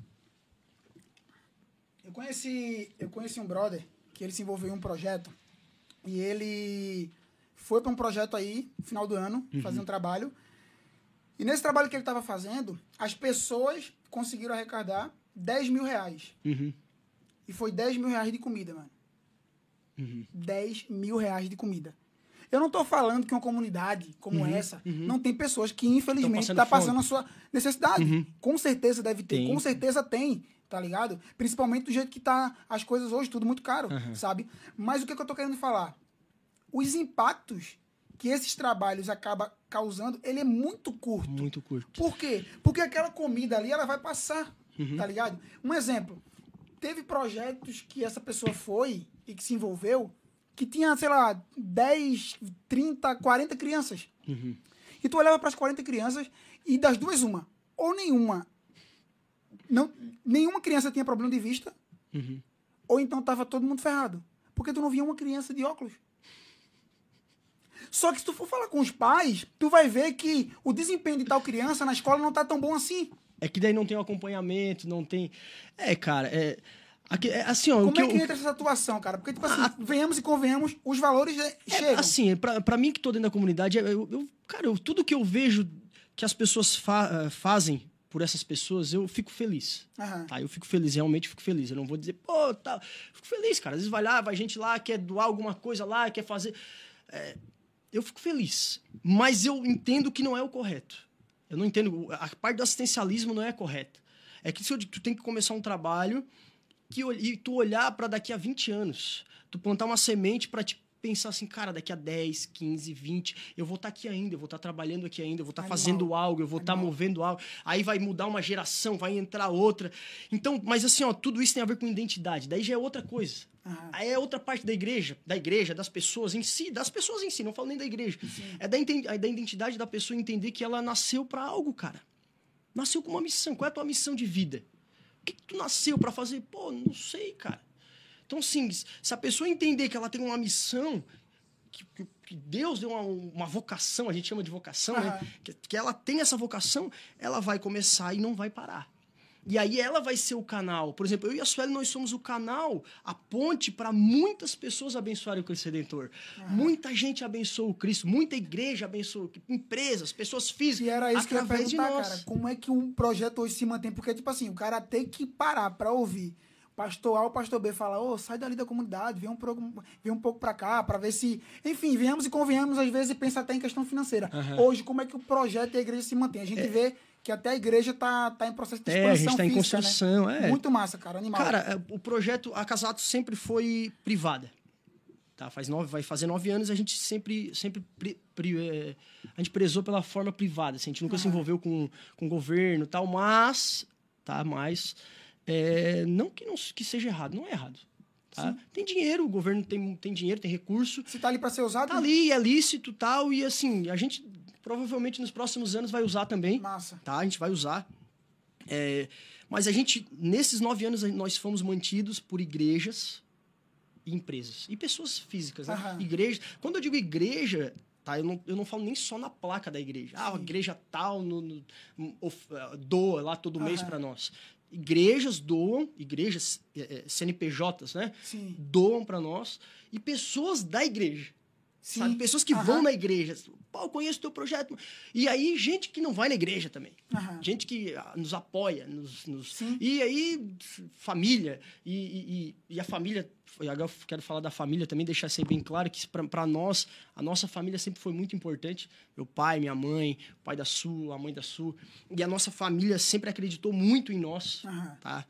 S4: Eu conheci, eu conheci um brother que ele se envolveu em um projeto e ele foi para um projeto aí, no final do ano, uhum. fazer um trabalho. E nesse trabalho que ele estava fazendo, as pessoas conseguiram arrecadar dez mil reais.
S5: Uhum.
S4: E foi dez mil reais de comida, mano.
S5: Uhum.
S4: dez mil reais de comida. Eu não estou falando que uma comunidade como
S5: uhum.
S4: essa
S5: uhum.
S4: não tem pessoas que, infelizmente,
S5: estão
S4: tá passando a sua necessidade.
S5: Uhum.
S4: Com certeza deve ter.
S5: Tem.
S4: Com certeza tem, tá ligado? Principalmente do jeito que tá as coisas hoje, tudo muito caro,
S5: uhum.
S4: sabe? Mas o que, que eu tô querendo falar? Os impactos que esses trabalhos acabam causando, ele é muito curto.
S5: Muito curto.
S4: Por quê? Porque aquela comida ali, ela vai passar,
S5: uhum.
S4: tá ligado? Um exemplo. Teve projetos que essa pessoa foi e que se envolveu que tinha, sei lá, dez, trinta, quarenta crianças.
S5: Uhum.
S4: E tu olhava para as quarenta crianças e das duas, uma. Ou nenhuma. Não, nenhuma criança tinha problema de vista,
S5: uhum.
S4: ou então tava todo mundo ferrado. Porque tu não via uma criança de óculos. Só que se tu for falar com os pais, tu vai ver que o desempenho de tal criança na escola não tá tão bom assim.
S5: É que daí não tem o acompanhamento, não tem... É, cara, é... Aqui, é assim, ó,
S4: Como
S5: o que
S4: é que
S5: eu...
S4: entra essa atuação, cara? Porque, tipo assim,
S5: Ah,
S4: venhamos e convenhamos, os valores é, chegam.
S5: Assim, pra, pra mim que tô dentro da comunidade, eu, eu, cara, eu, tudo que eu vejo que as pessoas fa fazem por essas pessoas, eu fico feliz.
S4: Uhum.
S5: Tá? Eu fico feliz, realmente fico feliz. Eu não vou dizer, pô, tá... Fico feliz, cara. Às vezes vai lá, vai gente lá, quer doar alguma coisa lá, quer fazer... É... Eu fico feliz. Mas eu entendo que não é o correto. Eu não entendo... A parte do assistencialismo não é correta. É que tu tem que começar um trabalho... Que, e tu olhar para daqui a vinte anos, tu plantar uma semente para te pensar assim, cara, daqui a dez, quinze, vinte, eu vou estar tá aqui ainda, eu vou estar tá trabalhando aqui ainda, eu vou estar tá fazendo algo, eu vou estar tá movendo algo, aí vai mudar uma geração, vai entrar outra. Então, mas assim, ó, tudo isso tem a ver com identidade, daí já é outra coisa. Uhum. Aí é outra parte da igreja, da igreja, das pessoas em si, das pessoas em si, não falo nem da igreja. Sim. É da, é da identidade da pessoa entender que ela nasceu para algo, cara. Nasceu com uma missão. Qual é a tua missão de vida? O que, que tu nasceu para fazer? Pô, não sei, cara. Então, assim, se a pessoa entender que ela tem uma missão, que, que, que Deus deu uma, uma vocação, a gente chama de vocação, uhum. né? Que, que ela tem essa vocação, ela vai começar e não vai parar. E aí ela vai ser o canal. Por exemplo, eu e a Sueli, nós somos o canal, a ponte para muitas pessoas abençoarem o Cristo Redentor. Uhum. Muita gente abençoou o Cristo, muita igreja abençoou, empresas, pessoas físicas.
S4: E era isso que eu ia perguntar,
S5: de nós.
S4: cara. Como é que um projeto hoje se mantém? Porque, tipo assim, o cara tem que parar para ouvir pastor A ou pastor B falar, ô, oh, sai dali da comunidade, vem um, pro, vem um pouco para cá, para ver se... Enfim, viemos e convenhamos, às vezes, e pensa até em questão financeira. Uhum. Hoje, como é que o projeto e a igreja se mantém? A gente é. vê... que até a igreja tá, tá em processo de expansão.
S5: É, a gente tá
S4: física,
S5: em construção,
S4: né?
S5: é.
S4: Muito massa, cara, animal.
S5: Cara, o projeto, a Casatos sempre foi privada. Tá? Faz nove, vai fazer nove anos, a gente sempre, sempre pri, pri, é, a gente prezou pela forma privada. Assim, a gente nunca uhum. se envolveu com, com o governo e tal, mas, tá, mas é, não, que não que seja errado, não é errado. Tá? Tem dinheiro, o governo tem, tem dinheiro, tem recurso.
S4: Se tá ali para ser usado?
S5: Tá ali, é lícito e tal, e assim, a gente... Provavelmente nos próximos anos vai usar também.
S4: Massa. Tá?
S5: A gente vai usar. É, mas a gente, nesses nove anos, nós fomos mantidos por igrejas e empresas. E pessoas físicas, né? Uhum. Igrejas. Quando eu digo igreja, tá? Eu não, eu não falo nem só na placa da igreja. Sim. Ah, a igreja tal no, no, of, doa lá todo uhum. mês para nós. Igrejas doam, igrejas, é, C N P Js, né?
S4: Sim.
S5: Doam para nós. E pessoas da igreja.
S4: Sim.
S5: Sabe? Pessoas que
S4: Aham.
S5: vão na igreja. Pô, eu conheço o teu projeto. E aí, gente que não vai na igreja também.
S4: Aham.
S5: Gente que ah, nos apoia. Nos, nos...
S4: Sim.
S5: E aí, família. E, e, e- e a família... e agora eu quero falar da família também, deixar isso aí bem claro, que para nós, a nossa família sempre foi muito importante. Meu pai, minha mãe, o pai da Su, a mãe da Su. E a nossa família sempre acreditou muito em nós.
S4: Aham.
S5: Tá?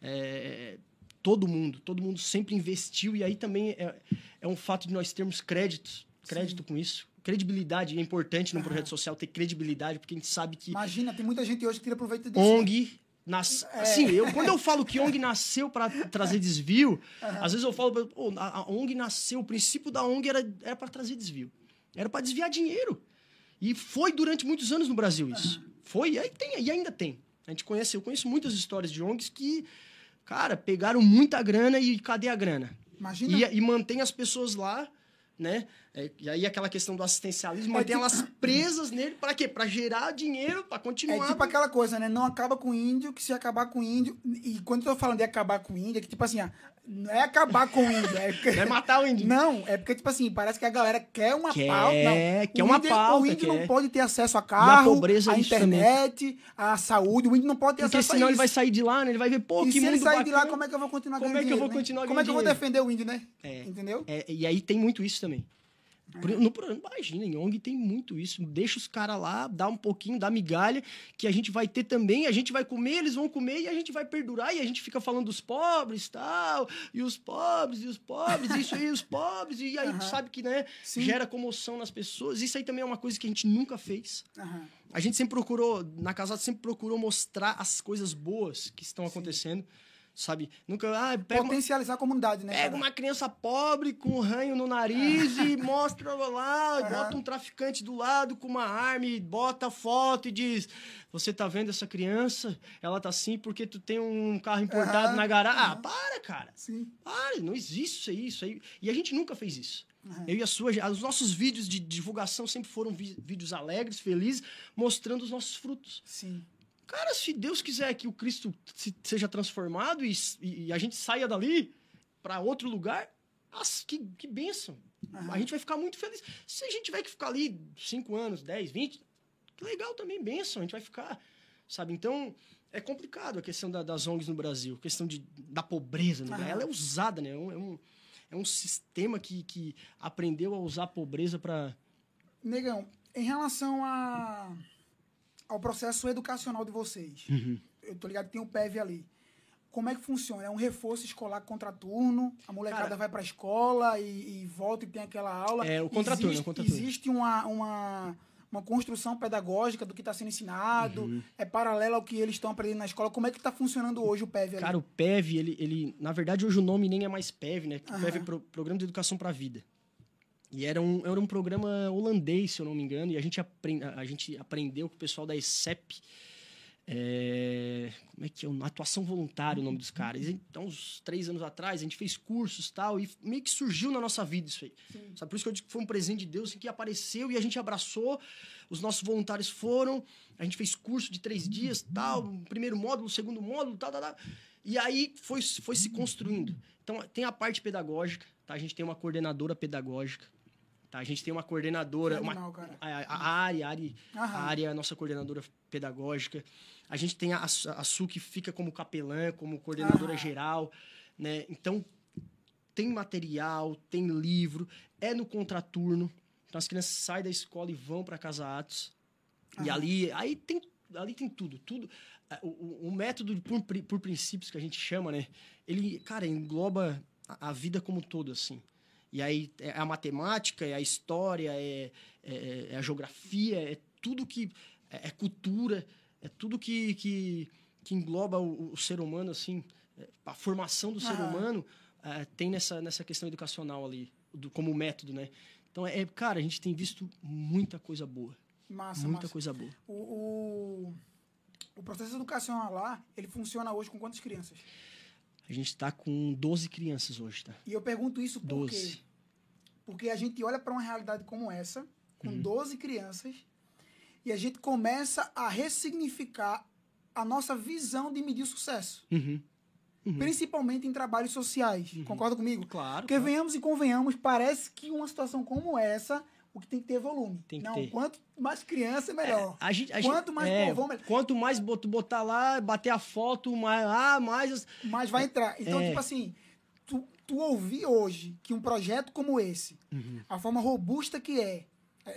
S5: É, todo mundo, todo mundo sempre investiu. E aí também é, é um fato de nós termos créditos, crédito com isso. Credibilidade é importante num
S4: Aham.
S5: projeto social ter credibilidade, porque a gente sabe que
S4: Imagina, tem muita gente hoje que tira proveito disso.
S5: O
S4: né?
S5: N G nas...
S4: É.
S5: assim, eu, quando eu falo que O N G nasceu para trazer desvio, às vezes eu falo, pra- "Pô, a, a O N G nasceu, o princípio da O N G era era para trazer desvio, era para desviar dinheiro. E foi durante muitos anos no Brasil isso. Foi e aí tem, e ainda tem. A gente conhece, eu conheço muitas histórias de O N Gs que, cara, pegaram muita grana e cadê a grana?
S4: Imagina.
S5: E, e mantém as pessoas lá, né? É, e aí aquela questão do assistencialismo,
S4: É
S5: mantém
S4: tipo-
S5: elas presas nele, para quê? Para gerar dinheiro, para
S4: É
S5: continuar.
S4: tipo aquela coisa, né? Não acaba com o índio, que se acabar com o índio... E quando eu tô falando de acabar com o índio, é que tipo assim, ó, não é acabar com o índio, é... que-
S5: É matar o índio.
S4: Não, é porque, tipo assim, parece que a galera quer uma
S5: Quer,
S4: pauta. Não,
S5: quer
S4: o
S5: uma
S4: índio-
S5: pauta,
S4: O índio não
S5: quer.
S4: pode ter acesso a carro,
S5: pobreza
S4: a
S5: é isso também.
S4: internet, a saúde. O índio não pode ter
S5: Porque
S4: acesso
S5: senão
S4: a
S5: ele
S4: isso.
S5: vai sair de lá, né? Ele vai ver, pô,
S4: E
S5: que
S4: se ele
S5: mundo
S4: sair de lá,
S5: bacana.
S4: como é que eu vou continuar
S5: Como
S4: ganhando
S5: é que eu vou
S4: dinheiro, né?
S5: continuar
S4: Como é que eu vou
S5: ganhando
S4: defender o índio, né?
S5: É.
S4: Entendeu?
S5: É, e aí tem muito isso também. Por- No programa, imagina, em O N G tem muito isso. Deixa os caras lá, dá um pouquinho, dá migalha, que a gente vai ter também, a gente vai comer, eles vão comer e a gente vai perdurar. E a gente fica falando dos pobres tal, e os pobres, e os pobres, isso aí, os pobres. E aí,
S4: Aham.
S5: sabe que, né,
S4: Sim.
S5: gera comoção nas pessoas. Isso aí também é uma coisa que a gente nunca fez.
S4: Aham.
S5: A gente sempre procurou, na Casada, sempre procurou mostrar as coisas boas que estão acontecendo, sabe? Nunca, ah, pega uma,
S4: Potencializar a comunidade, né?
S5: pega
S4: cara?
S5: uma criança pobre com um ranho no nariz e mostra lá,
S4: Aham.
S5: bota um traficante do lado com uma arma e bota foto e diz, você tá vendo essa criança? Ela tá assim porque tu tem um carro importado
S4: Aham.
S5: na garagem. Ah, para, cara.
S4: Sim.
S5: Para, não existe isso aí, isso aí. E a gente nunca fez isso. Eu e a sua, os nossos vídeos de divulgação sempre foram vi- vídeos alegres, felizes, mostrando os nossos frutos.
S4: Sim.
S5: Cara, se Deus quiser que o Cristo se- seja transformado e, e a gente saia dali para outro lugar, as- que, que bênção. A gente vai ficar muito feliz. Se a gente tiver que ficar ali cinco anos, dez, vinte, que legal também, bênção, a gente vai ficar, sabe? Então, é complicado a questão da- das O N Gs no Brasil, a questão de, da pobreza. No Brasil. Ela é usada, né? É um, é um, é um sistema que, que aprendeu a usar a pobreza para...
S4: Negão, em relação a, ao processo educacional de vocês, eu tô ligado que tem o P E V ali. Como é que funciona? É um reforço escolar contraturno? A molecada
S5: Cara,
S4: vai pra escola e, e volta e tem aquela aula?
S5: É, o contraturno,
S4: existe,
S5: é o contraturno.
S4: Existe uma, uma, uma construção pedagógica do que está sendo ensinado? É paralelo ao que eles estão aprendendo na escola? Como é que está funcionando hoje o P E V ali?
S5: Cara, o P E V, ele, ele... Na verdade, hoje o nome nem é mais P E V, né? O P E V é
S4: Aham.
S5: Pro- Programa de Educação para a Vida. E era um, era um programa holandês, se eu não me engano, e a gente, apren, a gente aprendeu com o pessoal da E S E P. É, como é que é? Atuação voluntária, o nome dos caras. Então, uns três anos atrás, a gente fez cursos e tal, e meio que surgiu na nossa vida isso aí. Sabe? Por isso que eu digo que foi um presente de Deus assim, que apareceu e a gente abraçou. Os nossos voluntários foram, a gente fez curso de três dias, tal, primeiro módulo, segundo módulo, tal, tal, tal. E aí foi, foi se construindo. Então, tem a parte pedagógica, tá? A gente tem uma coordenadora pedagógica. Tá? A gente tem uma coordenadora, uma,
S4: Animal, cara.
S5: a, a área, a área, a
S4: Aham.
S5: área é a nossa coordenadora pedagógica. A gente tem a, a Su que fica como capelã, como coordenadora
S4: Aham.
S5: geral, né? Então, tem material, tem livro, é no contraturno. Então, as crianças saem da escola e vão para Casa Atos. E
S4: Aham.
S5: ali, aí tem, ali tem tudo, tudo. O, o, o método por, pri- por princípios que a gente chama, né? Ele, cara, engloba a, a vida como um todo, assim. E aí é a matemática, é a história, é, é, é a geografia, é tudo que... É, é cultura, é tudo que, que, que engloba o, o ser humano, assim. É, a formação do ser
S4: Aham.
S5: humano é, tem nessa, nessa questão educacional ali, do, como método, né? Então, é, cara, a gente tem visto muita coisa boa.
S4: Massa,
S5: muita
S4: massa.
S5: coisa boa.
S4: O, o, o processo educacional lá, ele funciona hoje com quantas crianças?
S5: A gente está com doze crianças hoje, tá?
S4: E eu pergunto isso por
S5: doze.
S4: quê? Porque a gente olha para uma realidade como essa, com
S5: Uhum.
S4: doze crianças, e a gente começa a ressignificar a nossa visão de medir o sucesso.
S5: Uhum.
S4: Uhum. Principalmente em trabalhos sociais. Uhum. Concorda comigo?
S5: Claro.
S4: Porque
S5: claro.
S4: venhamos e convenhamos, parece que uma situação como essa, o que tem que ter volume.
S5: Tem que
S4: Não,
S5: ter.
S4: quanto mais criança, melhor.
S5: É, a gente, a
S4: quanto
S5: gente,
S4: mais
S5: é,
S4: povão, melhor.
S5: Quanto mais bot, botar lá, bater a foto, mais, ah, mais...
S4: Mais vai entrar. Então,
S5: é.
S4: tipo assim, tu, tu ouvir hoje que um projeto como esse, uhum. a forma robusta que é, é,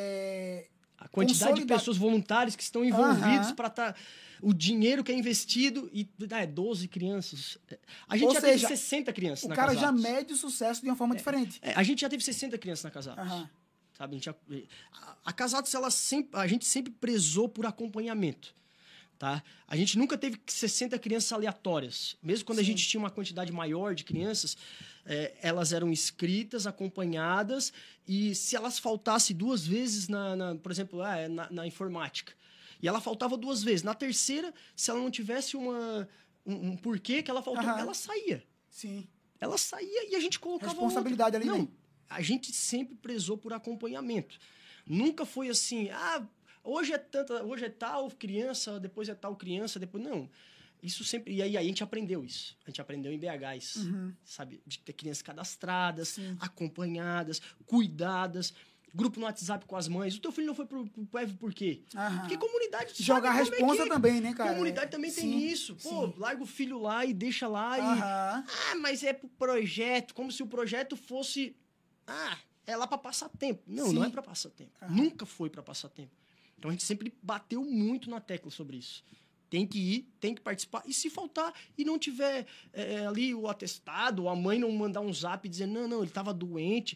S4: é
S5: a quantidade de pessoas voluntárias que estão envolvidas
S4: uhum.
S5: para estar... Tá, o dinheiro que é investido e é doze crianças. A gente
S4: Ou
S5: já
S4: seja,
S5: teve sessenta crianças
S4: o
S5: na
S4: cara
S5: Casados.
S4: já mede o sucesso de uma forma
S5: é,
S4: diferente.
S5: É, a gente já teve sessenta crianças na Casados.
S4: Uhum.
S5: Sabe? A, gente já, a, a Casados, ela sempre, a gente sempre prezou por acompanhamento. Tá? A gente nunca teve sessenta crianças aleatórias. Mesmo quando Sim. a gente tinha uma quantidade maior de crianças, é, elas eram inscritas, acompanhadas, e se elas faltassem duas vezes, na, na, por exemplo, ah, na, na informática, e ela faltava duas vezes. Na terceira, se ela não tivesse uma, um, um porquê que ela faltou, uhum. ela saía.
S4: Sim.
S5: Ela saía e a gente colocava
S4: responsabilidade
S5: outra.
S4: ali.
S5: Não, a gente sempre prezou por acompanhamento. Nunca foi assim, ah, hoje é tanta, hoje é tal criança, depois é tal criança, depois não. Isso sempre, e aí a gente aprendeu isso. A gente aprendeu em B H isso,
S4: uhum.
S5: sabe, de ter crianças cadastradas,
S4: Sim.
S5: acompanhadas, cuidadas. Grupo no WhatsApp com as mães. O teu filho não foi pro, pro P E V por quê?
S4: Aham.
S5: Porque comunidade...
S4: Jogar a responsa
S5: é que...
S4: também, né, cara?
S5: Comunidade também
S4: Sim,
S5: tem isso. Pô,
S4: sim.
S5: larga o filho lá e deixa lá e...
S4: Aham.
S5: Ah, mas é pro projeto. Como se o projeto fosse... Ah, é lá pra passar tempo. Não,
S4: sim.
S5: não é pra passar tempo.
S4: Aham.
S5: Nunca foi pra passar tempo. Então a gente sempre bateu muito na tecla sobre isso. Tem que ir, tem que participar. E se faltar e não tiver é, ali o atestado, ou a mãe não mandar um zap dizendo, não, não, ele tava doente.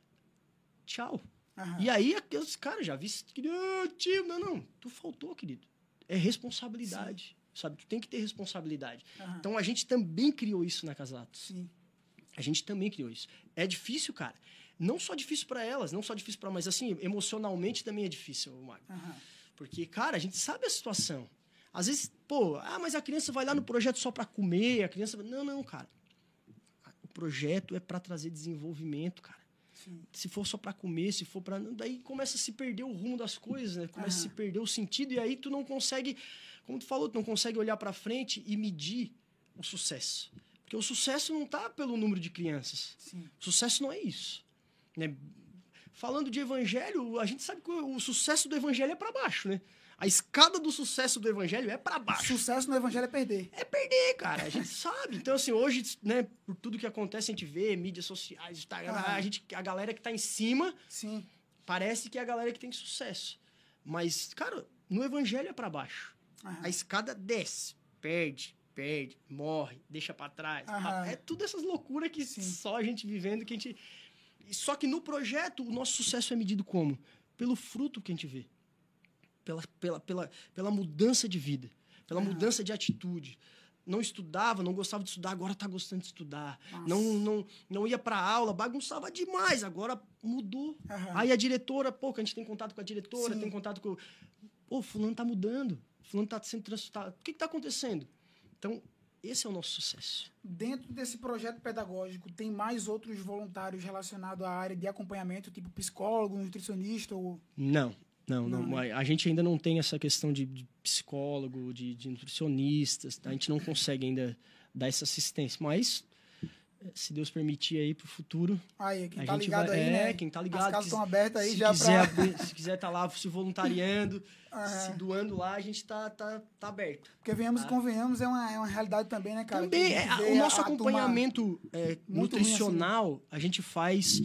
S5: Tchau.
S4: Aham.
S5: E aí, aqueles caras já vi, ah, tio, não, não, tu faltou, querido. É responsabilidade, Sim. sabe? Tu tem que ter responsabilidade.
S4: Aham.
S5: Então, a gente também criou isso na Casados.
S4: Sim.
S5: A gente também criou isso. É difícil, cara. Não só difícil para elas, não só difícil para... Mas, assim, emocionalmente também é difícil, Magno.
S4: Aham.
S5: Porque, cara, a gente sabe a situação. Às vezes, pô, ah, mas a criança vai lá no projeto só para comer, a criança... Não, não, cara. O projeto é para trazer desenvolvimento, cara.
S4: Sim.
S5: Se for só para comer, se for para... Daí começa a se perder o rumo das coisas, né? Começa
S4: Aham.
S5: a se perder o sentido. E aí tu não consegue... Como tu falou, tu não consegue olhar para frente e medir o sucesso. Porque o sucesso não tá pelo número de crianças.
S4: Sim.
S5: O sucesso não é isso. Né? Falando de evangelho, a gente sabe que o sucesso do evangelho é para baixo, né? A escada do sucesso do evangelho é para baixo.
S4: Sucesso no evangelho é perder.
S5: É perder, cara. A gente sabe. Então, assim, hoje, né, por tudo que acontece, a gente vê mídias sociais, Instagram,
S4: Ah.
S5: a, gente, a galera que tá em cima,
S4: Sim.
S5: parece que é a galera que tem sucesso. Mas, cara, no evangelho é para baixo.
S4: Aham.
S5: A escada desce, perde, perde, morre, deixa para trás.
S4: Aham.
S5: É tudo essas loucuras que
S4: Sim.
S5: só a gente vivendo, que a gente... Só que no projeto, o nosso sucesso é medido como? Pelo fruto que a gente vê. Pela, pela, pela, pela mudança de vida, pela
S4: Aham.
S5: mudança de atitude. Não estudava, não gostava de estudar, agora está gostando de estudar.
S4: Nossa.
S5: Não, não, não ia para aula, bagunçava demais, agora mudou.
S4: Aham.
S5: Aí a diretora, pô, que a gente tem contato com a diretora,
S4: Sim.
S6: tem contato com... Pô, fulano tá mudando, fulano tá sendo transformado. O que que tá acontecendo? Então, esse é o nosso sucesso.
S4: Dentro desse projeto pedagógico, tem mais outros voluntários relacionados à área de acompanhamento, tipo psicólogo, nutricionista ou...
S5: Não, não, não.
S4: Não, né?
S5: A gente ainda não tem essa questão de, de psicólogo, de, de nutricionistas. A gente não consegue ainda dar essa assistência. Mas, se Deus permitir aí pro futuro...
S4: Aí, quem
S5: a
S4: tá
S5: gente
S4: ligado
S5: vai,
S4: aí,
S5: é,
S4: né?
S5: quem tá ligado...
S4: As casas
S5: quis-
S4: estão abertas aí
S5: se
S4: já
S5: quiser,
S4: pra...
S5: abrir- Se quiser estar lá se voluntariando,
S4: Aham.
S5: se doando lá, a gente tá, tá, tá aberto.
S4: Porque venhamos e
S5: Ah.
S4: convenhamos, é uma, é uma realidade também, né, cara?
S5: Também,
S4: Que a
S5: é,
S4: gente
S5: a-
S4: vê
S5: o nosso
S4: a- a turma-
S5: acompanhamento é,
S4: muito
S5: nutricional, a gente faz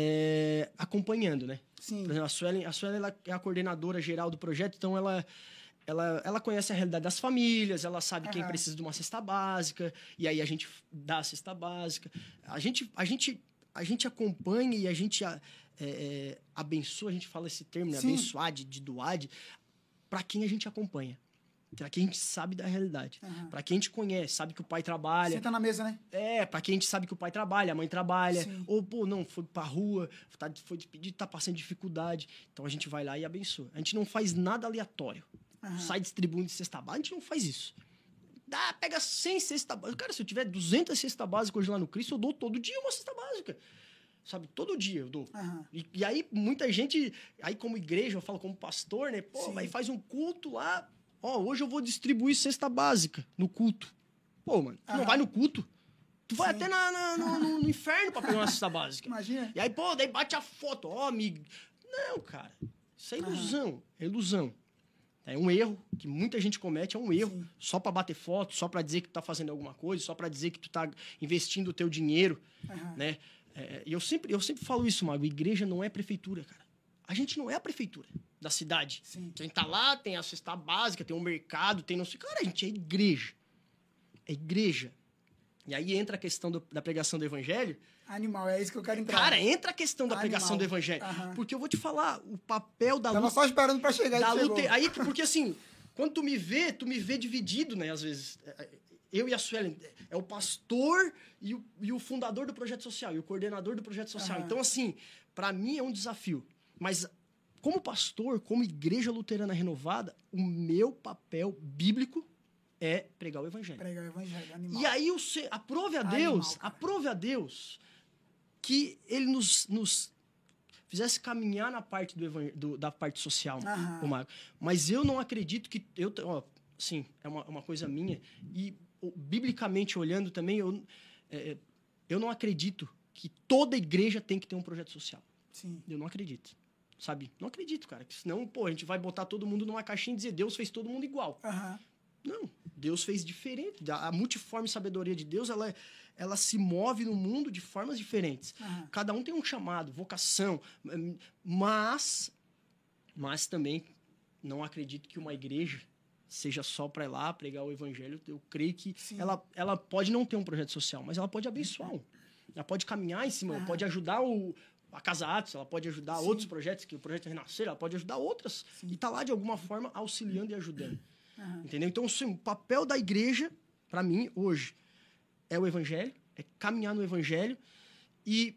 S5: é, acompanhando, né?
S4: Sim.
S5: Por exemplo, a Suelen, a Suelen ela é a coordenadora geral do projeto, então ela, ela, ela conhece a realidade das famílias, ela sabe quem
S4: Aham.
S5: precisa de uma cesta básica, e aí a gente dá a cesta básica. A gente, a gente, a gente acompanha e a gente a- é, é, abençoa, a gente fala esse termo, né?
S4: Sim.
S5: Abençoar, de, de doar, para quem a gente acompanha. Para quem a gente sabe da realidade.
S4: Aham.
S5: Para quem a gente conhece, sabe que o pai trabalha.
S4: Senta na mesa, né?
S5: É, pra quem a gente sabe que o pai trabalha, a mãe trabalha.
S4: Sim.
S5: Ou, pô, não, foi pra rua, tá, foi despedido, tá passando dificuldade. Então a gente vai lá e abençoa. A gente não faz nada aleatório.
S4: Aham.
S5: Sai distribuindo cesta básica, a gente não faz isso. Dá, pega cem cesta básica. Cara, se eu tiver duzentas cesta básicas hoje lá no Cristo, eu dou todo dia uma cesta básica. Sabe, todo dia eu dou.
S4: Aham.
S5: E, e aí, muita gente, aí como igreja, eu falo como pastor, né? Pô,
S4: Sim.
S5: vai faz um culto lá. Ó, hoje eu vou distribuir cesta básica no culto. Pô, mano, tu
S4: Aham.
S5: não vai no culto. Tu vai
S4: Sim.
S5: até na, na- no, no- no inferno pra pegar uma cesta básica.
S4: Imagina.
S5: E aí, pô, daí bate a foto. Ó, amigo. Não, cara. Isso é ilusão. É ilusão. É um erro que muita gente comete, é um erro.
S4: Sim.
S5: Só pra bater foto, só pra dizer que tu tá fazendo alguma coisa, só pra dizer que tu tá investindo o teu dinheiro,
S4: Aham.
S5: né? É, e eu sempre, eu sempre falo isso, Mago. Igreja não é prefeitura, cara. A gente não é a prefeitura da cidade.
S4: Sim.
S5: Quem tá lá tem a cesta básica, tem um mercado, tem não sei... Cara, a gente é igreja. É igreja. E aí entra a questão do- da pregação do evangelho.
S4: Animal, é isso que eu quero entrar.
S5: Cara, entra a questão da
S4: Animal.
S5: pregação do evangelho.
S4: Aham.
S5: Porque eu vou te falar, o papel da
S4: Tava
S5: luta...
S4: só esperando pra chegar
S5: da
S4: e chegou.
S5: luta... Aí, porque assim, quando tu me vê, tu me vê dividido, né, às vezes. Eu e a Suelen, é o pastor e o, e o fundador do projeto social, e o coordenador do projeto social.
S4: Aham.
S5: Então, assim, pra mim é um desafio. Mas, como pastor, como igreja luterana renovada, o meu papel bíblico é pregar o evangelho.
S4: Pregar o evangelho, animal.
S5: E aí, o se- aprove a
S4: Animal,
S5: Deus,
S4: cara.
S5: aprove a Deus que ele nos, nos fizesse caminhar na parte do evan- do- da parte social,
S4: Aham.
S5: o Marco. Mas eu não acredito que... Eu, ó, sim, é uma, uma coisa minha. E, ó, biblicamente olhando também, eu, é, eu não acredito que toda igreja tem que ter um projeto social.
S4: Sim.
S5: Eu não acredito. Sabe? Não acredito, cara. Que senão, pô, a gente vai botar todo mundo numa caixinha e dizer Deus fez todo mundo igual.
S4: Aham.
S5: Não, Deus fez diferente. A a multiforme sabedoria de Deus, ela, ela se move no mundo de formas diferentes.
S4: Aham.
S5: Cada um tem um chamado, vocação, hum, mas, mas também não acredito que uma igreja seja só para ir lá pregar o evangelho. Eu creio que
S4: Sim.
S5: ela, ela pode não ter um projeto social, mas ela pode abençoar um. Ela pode caminhar em cima, ela
S4: Aham.
S5: pode ajudar o, a Casa Atos, ela pode ajudar
S4: Sim.
S5: outros projetos, que o projeto Renascer, ela pode ajudar outras. E tá lá, de alguma forma, auxiliando e ajudando.
S4: Aham.
S5: Entendeu? Então, sim, o papel da igreja, para mim, hoje, é o evangelho, é caminhar no evangelho. E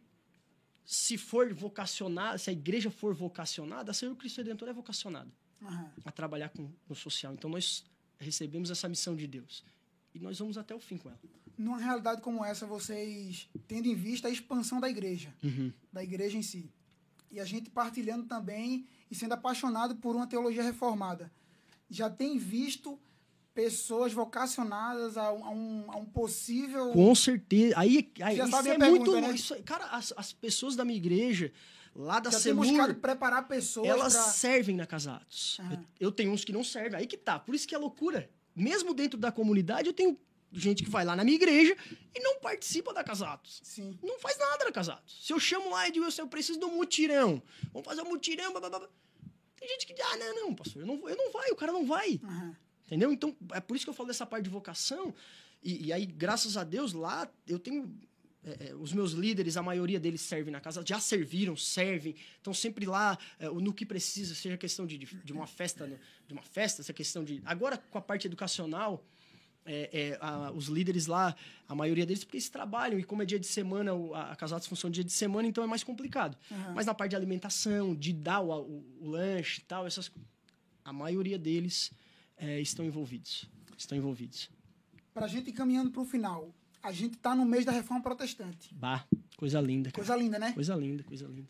S5: se for vocacionada, se a igreja for vocacionada, a ser o Cristo Redentor é vocacionado
S4: Aham.
S5: a trabalhar com o social. Então, nós recebemos essa missão de Deus. E nós vamos até o fim com ela.
S4: Numa realidade como essa, vocês tendo em vista a expansão da igreja, da igreja em si, e a gente partilhando também e sendo apaixonado por uma teologia reformada, já tem visto pessoas vocacionadas a um, a um, a um possível...
S5: Com certeza. Aí, aí
S4: Já
S5: isso
S4: sabe a
S5: é
S4: pergunta,
S5: muito...
S4: né?
S5: Isso, cara, as, as pessoas da minha igreja, lá da
S4: já tem
S5: Celur,
S4: buscado preparar pessoas
S5: elas
S4: para...
S5: servem na Casa Atos.
S4: Aham.
S5: Eu, eu tenho uns que não servem. Aí que tá. Por isso que é loucura. Mesmo dentro da comunidade, eu tenho gente que vai lá na minha igreja e não participa da Casa Atos.
S4: Sim.
S5: Não faz nada na Casa Atos. Se eu chamo lá e digo assim, eu preciso de um mutirão. Vamos fazer um mutirão, blá, blá, blá. Tem gente que diz, ah, não, não, pastor, eu não, eu não vai, o cara não vai.
S4: Aham.
S5: Entendeu? Então, é por isso que eu falo dessa parte de vocação. E, e aí, graças a Deus, lá eu tenho... é, é, os meus líderes, a maioria deles servem na casa, já serviram, servem, estão sempre lá é, no que precisa, seja questão de, de, de uma festa, no- de uma festa, seja questão de... Agora, com a parte educacional, é, é, a- os líderes lá, a maioria deles, porque eles trabalham, e como é dia de semana, o- a, a Casados funciona dia de semana, então é mais complicado.
S4: Aham.
S5: Mas na parte de alimentação, de dar o, o, o lanche e tal, essas, a maioria deles é, estão envolvidos. Estão envolvidos.
S4: Para a gente ir caminhando para o final, a gente está no mês da Reforma Protestante.
S5: Bah, coisa linda, cara.
S4: Coisa linda, né?
S5: Coisa linda, coisa linda.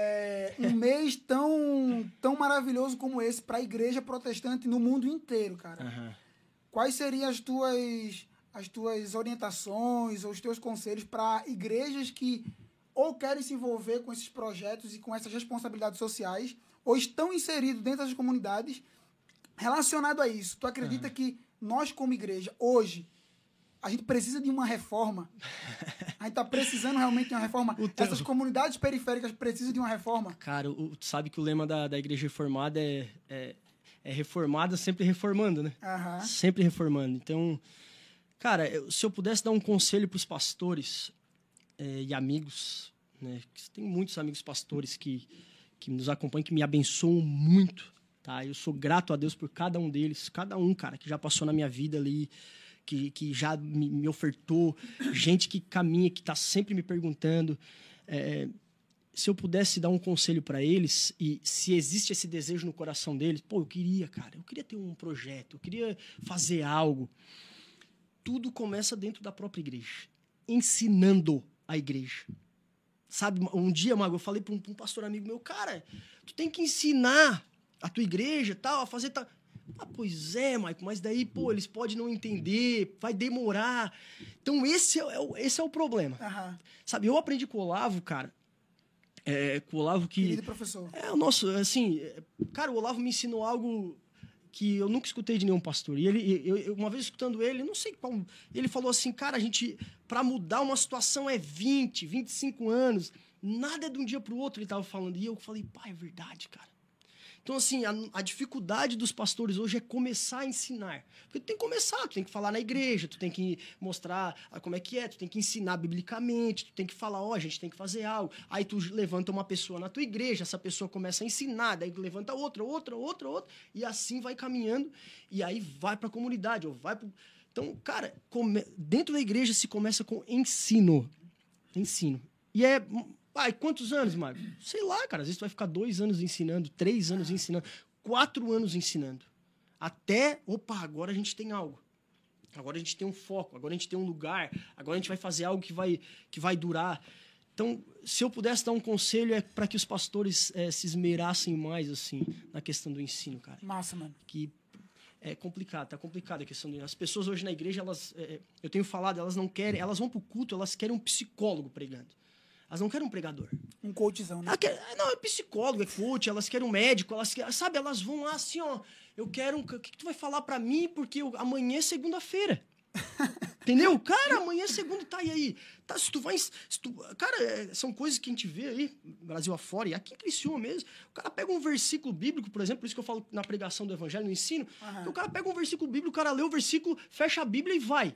S4: É um mês tão, tão maravilhoso como esse para a igreja protestante no mundo inteiro, cara.
S5: Aham.
S4: Quais seriam as tuas, as tuas orientações ou os teus conselhos para igrejas que ou querem se envolver com esses projetos e com essas responsabilidades sociais ou estão inseridos dentro das comunidades relacionado a isso? Tu acredita que nós, como igreja, hoje, a gente precisa de uma reforma? A gente está precisando realmente de uma reforma?
S5: O teu-
S4: Essas comunidades periféricas precisam de uma reforma?
S5: Cara, o, tu sabe que o lema da, da igreja reformada é, é, é reformada sempre reformando, né?
S4: Aham.
S5: Sempre reformando. Então, cara, eu- se eu pudesse dar um conselho para os pastores é, e amigos, né? Que tem muitos amigos pastores que, que nos acompanham, que me abençoam muito, tá? Eu sou grato a Deus por cada um deles, cada um, cara, que já passou na minha vida ali, que, que já me, me ofertou, gente que caminha, que está sempre me perguntando. É, se eu pudesse dar um conselho para eles, e se existe esse desejo no coração deles, pô, eu queria, cara, eu queria ter um projeto, eu queria fazer algo. Tudo começa dentro da própria igreja, ensinando a igreja. Sabe, um dia, Mago, eu falei para um, pra um pastor amigo meu, cara, tu tem que ensinar a tua igreja tal, a fazer tal. Ah, pois é, Maico, mas daí, pô, eles podem não entender, vai demorar. Então, esse é, o, esse é o problema.
S4: Aham.
S5: Sabe, eu aprendi com o Olavo, cara, é, com o Olavo que...
S4: Querido professor.
S5: É, o nosso, assim, é, cara, o Olavo me ensinou algo que eu nunca escutei de nenhum pastor. E ele, eu, eu, uma vez escutando ele, não sei qual, ele falou assim, cara, a gente, para mudar uma situação é vinte, vinte e cinco anos, nada é de um dia para o outro, ele tava falando. E eu falei, pá, é verdade, cara. Então, assim, a, a dificuldade dos pastores hoje é começar a ensinar. Porque tu tem que começar, tu tem que falar na igreja, tu tem que mostrar ah, como é que é, tu tem que ensinar biblicamente, tu tem que falar, ó, oh, a gente tem que fazer algo. Aí tu levanta uma pessoa na tua igreja, essa pessoa começa a ensinar, daí tu levanta outra, outra, outra, outra, e assim vai caminhando, e aí vai para a comunidade, ou vai pro... Então, cara, come... dentro da igreja se começa com ensino. Ensino. E é... Pai, quantos anos, Marco? Sei lá, cara. Às vezes tu vai ficar dois anos ensinando, três anos ensinando, quatro anos ensinando. Até, opa, agora a gente tem algo. Agora a gente tem um foco, agora a gente tem um lugar, agora a gente vai fazer algo que vai, que vai durar. Então, se eu pudesse dar um conselho, é para que os pastores é, se esmerassem mais, assim, na questão do ensino, cara.
S4: Massa, mano.
S5: Que é complicado, tá complicado a questão do... As pessoas hoje na igreja, elas... É, eu tenho falado, elas não querem... Elas vão pro culto, elas querem um psicólogo pregando. Elas não querem um pregador.
S4: Um coachzão, né?
S5: Ela quer, não, é psicólogo, é coach, elas querem um médico, elas querem, sabe, elas vão lá assim, ó, eu quero um... O que, que tu vai falar pra mim? Porque eu, amanhã é segunda-feira. Entendeu? Cara, amanhã é segunda, tá, e aí? Tá, se tu vai... Se tu, cara, é, são coisas que a gente vê aí, Brasil afora, e aqui em Criciúma mesmo, o cara pega um versículo bíblico, por exemplo, por isso que eu falo na pregação do evangelho, no ensino, uhum. O cara pega um versículo bíblico, o cara lê o versículo, fecha a Bíblia e vai.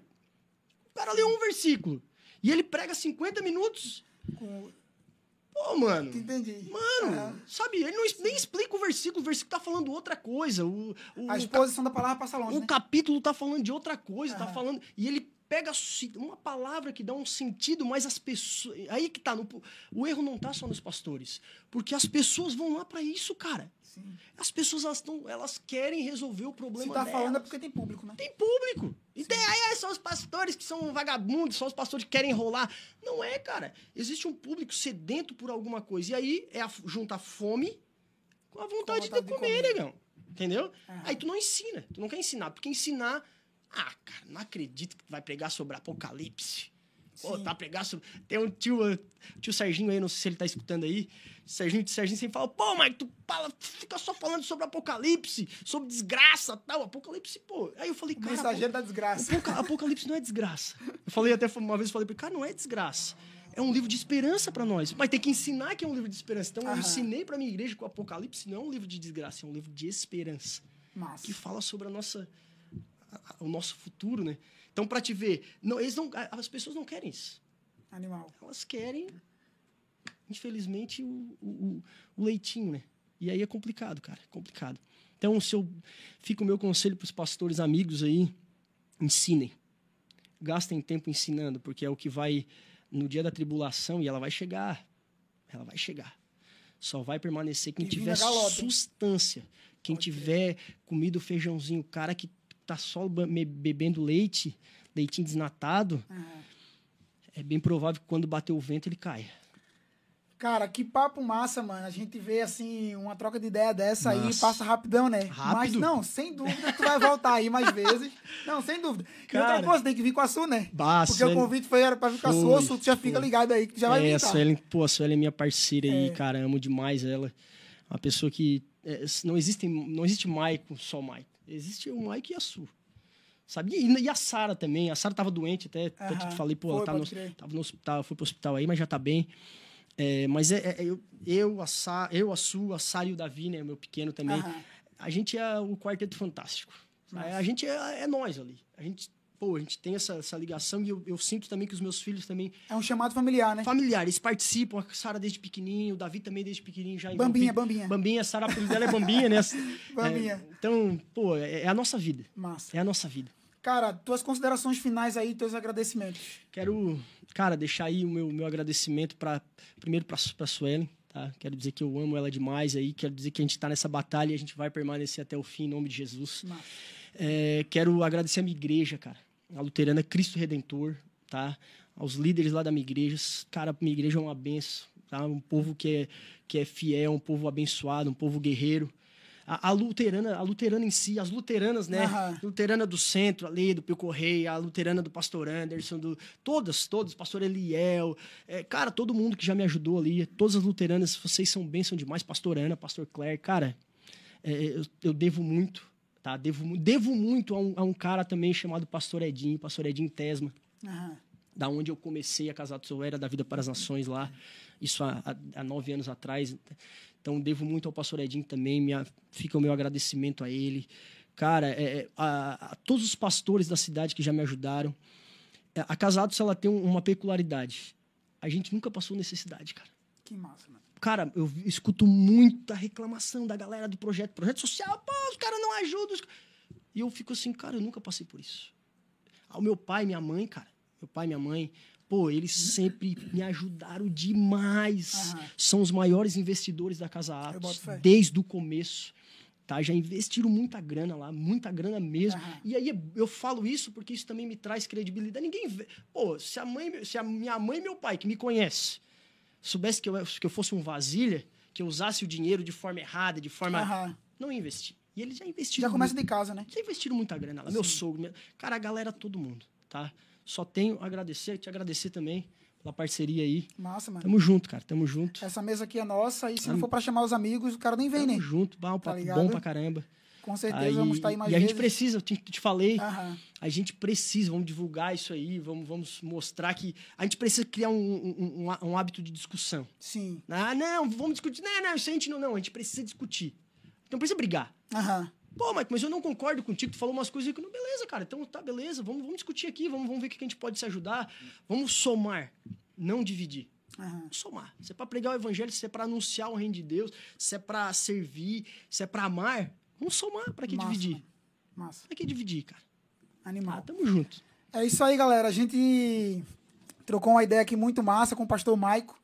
S5: O cara lê um versículo, e ele prega cinquenta minutos...
S4: Com...
S5: Pô, mano.
S4: Entendi.
S5: Mano,
S4: uhum.
S5: sabe, ele não, nem explica o versículo, o versículo tá falando outra coisa. O, o,
S4: a exposição da palavra passa longe,
S5: O
S4: né?
S5: capítulo tá falando de outra coisa,
S4: uhum.
S5: tá falando... E ele pega uma palavra que dá um sentido, mas as pessoas... Aí que tá, no, o erro não tá só nos pastores. Porque as pessoas vão lá pra isso, cara.
S4: Sim.
S5: As pessoas, elas, tão, elas querem resolver o problema
S4: Se tá
S5: delas.
S4: falando é porque tem público, né?
S5: Tem público. E tem, aí são os pastores que são vagabundos, são os pastores que querem enrolar. Não é, cara. Existe um público sedento por alguma coisa. E aí é a, junta a fome com a vontade, com a vontade de, de comer, comer, negão. Entendeu? Uhum. Aí tu não ensina. Tu não quer ensinar. Porque ensinar... Ah, cara, não acredito que tu vai pregar sobre Apocalipse. Pô, tá pregar sobre... Tem um tio, tio Serginho aí, não sei se ele tá escutando aí. Serginho, Serginho sempre fala, pô, mas tu fala, fica só falando sobre Apocalipse, sobre desgraça e tal. Apocalipse, pô. Aí eu falei, cara...
S4: O mensageiro da desgraça.
S5: Apocalipse não é desgraça. Eu falei até uma vez, eu falei pra ele, cara, não é desgraça. É um livro de esperança pra nós. Mas tem que ensinar que é um livro de esperança. Então, eu Aham. ensinei pra minha igreja que o Apocalipse não é um livro de desgraça, é um livro de esperança.
S4: Massa.
S5: Que fala sobre a nossa... o nosso futuro, né? Então, pra te ver, não, eles não, as pessoas não querem isso.
S4: Animal.
S5: Elas querem, infelizmente, o, o, o leitinho, né? E aí é complicado, cara, é complicado. Então, se eu, fica o meu conselho pros pastores amigos aí, ensinem. Gastem tempo ensinando, porque é o que vai, no dia da tribulação, e ela vai chegar, ela vai chegar. Só vai permanecer quem tiver substância, quem Pode tiver ser. comido o feijãozinho, o cara que tá só bebendo leite, leitinho desnatado, uhum. é bem provável que quando bater o vento ele caia.
S4: Cara, que papo massa, mano. A gente vê, assim, uma troca de ideia dessa
S5: Nossa.
S4: aí, passa rapidão, né?
S5: Rápido?
S4: Mas, não, sem dúvida, tu vai voltar aí mais vezes. Não, sem dúvida.
S5: Cara,
S4: e outra coisa, tem que vir com a Su, né?
S5: Bah,
S4: Porque
S5: Suelen...
S4: o convite foi era pra vir com a Su, a Su, tu já fica foi. ligado aí, que já vai vir,
S5: É, a
S4: tá?
S5: Suelen, pô, a Suelen é minha parceira aí,
S4: é.
S5: cara, amo demais ela. Uma pessoa que... É, não, existe, não existe Maico, só Maico. Existe o Maico e a Su. Sabe? E, e a Sara também. A Sara tava doente, até, até te falei, pô,
S4: foi,
S5: ela tá no, tava no hospital, foi pro hospital aí, mas já tá bem. É, mas é, é, eu, eu, a Sa, eu, a Su, a Sara e o Davi, né, meu pequeno também, uhum. a gente é o quarteto fantástico. Nossa. A gente é, é nós ali. A gente, pô, a gente tem essa, essa ligação e eu, eu sinto também que os meus filhos também...
S4: É um chamado familiar, né?
S5: Familiar, eles participam. A Sara desde pequenininho, o Davi também desde pequenininho já
S4: Bambinha,
S5: envolvido.
S4: Bambinha.
S5: Bambinha, a Sara, a dela é Bambinha, né?
S4: Bambinha.
S5: É, então, pô, é, é a nossa vida.
S4: Massa.
S5: É a nossa vida.
S4: Cara, tuas considerações finais aí, teus agradecimentos.
S5: Quero, cara, deixar aí o meu, meu agradecimento pra, primeiro para a Suelen, tá? Quero dizer que eu amo ela demais aí, quero dizer que a gente está nessa batalha e a gente vai permanecer até o fim, em nome de Jesus. É, quero agradecer a minha igreja, cara, a Luterana Cristo Redentor, tá? Aos líderes lá da minha igreja. Cara, minha igreja é uma benção, tá? Um povo que é, que é fiel, um povo abençoado, um povo guerreiro. A, a luterana, a luterana em si, as luteranas, né?
S4: Aham.
S5: Luterana do centro, ali, do Pio Correia, a luterana do pastor Anderson, do, todas, todas, pastor Eliel. É, cara, todo mundo que já me ajudou ali, todas as luteranas, vocês são bênção demais. Pastor Ana, pastor Claire, cara, é, eu, eu devo muito, tá? Devo, mu- devo muito a um, a um cara também chamado pastor Edinho, pastor Edinho Tesma,
S4: Aham.
S5: da onde eu comecei a casar, eu era da Vida para as Nações lá, isso há, há, há nove anos atrás. Então, devo muito ao pastor Edinho também, minha, fica o meu agradecimento a ele. Cara, é, a, a todos os pastores da cidade que já me ajudaram. A Casados, ela tem um- uma peculiaridade. A gente nunca passou necessidade, cara.
S4: Que massa, mano.
S5: Cara, eu escuto muita reclamação da galera do projeto. Projeto social, pô, os caras não ajudam. os- E eu fico assim, cara, eu nunca passei por isso. O meu pai e minha mãe, cara, meu pai e minha mãe, pô, eles sempre me ajudaram demais.
S4: Aham.
S5: São os maiores investidores da Casa
S4: Eu boto
S5: Atos,
S4: fé.
S5: desde o começo. Tá? Já investiram muita grana lá, muita grana mesmo.
S4: Aham.
S5: E aí eu falo isso porque isso também me traz credibilidade. Ninguém vê. Pô, se a, mãe, se a minha mãe e meu pai, que me conhecem, soubesse que eu, que eu fosse um vasilha, que eu usasse o dinheiro de forma errada, de forma...
S4: Aham.
S5: Não ia investir. E eles já investiram
S4: Já começa
S5: muito.
S4: de casa, né?
S5: Já investiram muita grana lá. Meu sogro, meu... cara, a galera, todo mundo, tá? Só tenho a agradecer, te agradecer também pela parceria aí.
S4: Massa, mano.
S5: Tamo junto, cara, tamo junto.
S4: Essa mesa aqui é nossa e se não
S5: Tamo-
S4: for pra chamar os amigos, o cara nem vem,
S5: Tamo
S4: né?
S5: junto, bah, um
S4: Tá
S5: papo
S4: ligado?
S5: bom pra caramba.
S4: Com certeza
S5: Aí-
S4: vamos estar aí mais
S5: e a gente
S4: vezes.
S5: precisa, eu te, te falei,
S4: Aham.
S5: a gente precisa, vamos divulgar isso aí, vamos, vamos mostrar que a gente precisa criar um, um, um, um hábito de discussão.
S4: Sim.
S5: Ah, não, vamos discutir. Não, não, isso a gente não, não, a gente precisa discutir. Não precisa brigar.
S4: Aham.
S5: Pô, Mike, mas eu não concordo contigo, tu falou umas coisas que não, beleza, cara, então tá, beleza, vamos, vamos discutir aqui, vamos, vamos ver o que a gente pode se ajudar, vamos somar, não dividir.
S4: Aham.
S5: Vamos somar. Se é pra pregar o evangelho, se é pra anunciar o reino de Deus, se é pra servir, se é pra amar, vamos somar, pra que
S4: Massa,
S5: dividir?
S4: mano. Massa.
S5: Pra que dividir, cara? Ah,
S4: Animal.
S5: tamo junto.
S4: É isso aí, galera. A gente trocou uma ideia aqui muito massa com o pastor Maico.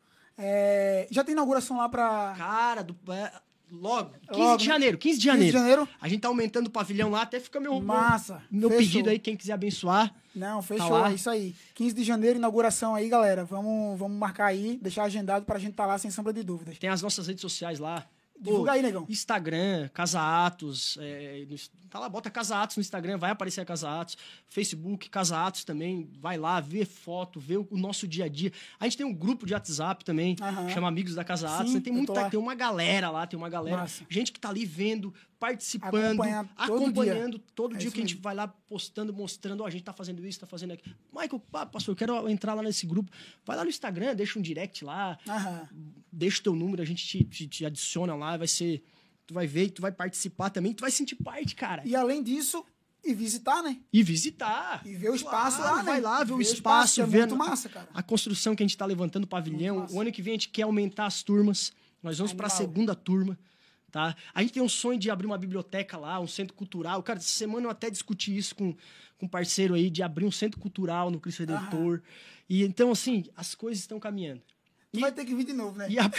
S4: É, já tem inauguração lá pra...
S5: Cara, do, é, logo, quinze
S4: Logo,
S5: de
S4: né?
S5: janeiro, quinze de
S4: quinze de
S5: janeiro.
S4: janeiro.
S5: A gente tá aumentando o pavilhão lá, até fica meu,
S4: Massa.
S5: meu, meu
S4: Fechou.
S5: pedido aí, quem quiser abençoar.
S4: Não, fechou.
S5: lá.
S4: É isso aí. quinze de janeiro, inauguração aí, galera. Vamos, vamos marcar aí, deixar agendado pra gente estar lá sem sombra de dúvidas.
S5: Tem as nossas redes sociais lá.
S4: Divulga aí, negão.
S5: Instagram, Casa Atos, é, no- tá lá, bota Casa Atos no Instagram, vai aparecer a Casa Atos. Facebook, Casa Atos também, vai lá, vê foto, vê o, o nosso dia a dia. A gente tem um grupo de WhatsApp também,
S4: Aham.
S5: chama Amigos da Casa Atos.
S4: Sim,
S5: né? Tem,
S4: eu tô
S5: muita,
S4: lá.
S5: tem uma galera lá, tem uma galera,
S4: Massa.
S5: gente que tá ali vendo, participando,
S4: Acompanhando todo
S5: acompanhando todo
S4: É
S5: dia
S4: isso
S5: que a gente
S4: mesmo.
S5: vai lá postando, mostrando, ó, a gente tá fazendo isso, tá fazendo aquilo. Michael, pá, pastor, eu quero entrar lá nesse grupo. Vai lá no Instagram, deixa um direct lá,
S4: Aham.
S5: deixa o teu número, a gente te, te, te adiciona lá, vai ser... Tu vai ver, tu vai participar também, tu vai sentir parte, cara.
S4: E além disso, e visitar, né?
S5: E visitar.
S4: E ver o espaço
S5: Claro,
S4: lá, né?
S5: vai lá, ver o
S4: Ver o
S5: espaço,
S4: espaço, que é
S5: ver
S4: muito
S5: a-
S4: massa, cara.
S5: a construção que a gente tá levantando o pavilhão.
S4: Muito massa.
S5: O ano que vem a gente quer aumentar as turmas. Nós vamos para a
S4: Animal.
S5: segunda turma, tá? A gente tem um sonho de abrir uma biblioteca lá, um centro cultural. Cara, essa semana eu até discuti isso com, com um parceiro aí, de abrir um centro cultural no Cristo Redentor. E então, assim, as coisas estão caminhando.
S4: Tu vai ter que vir de novo, né?
S5: E, a-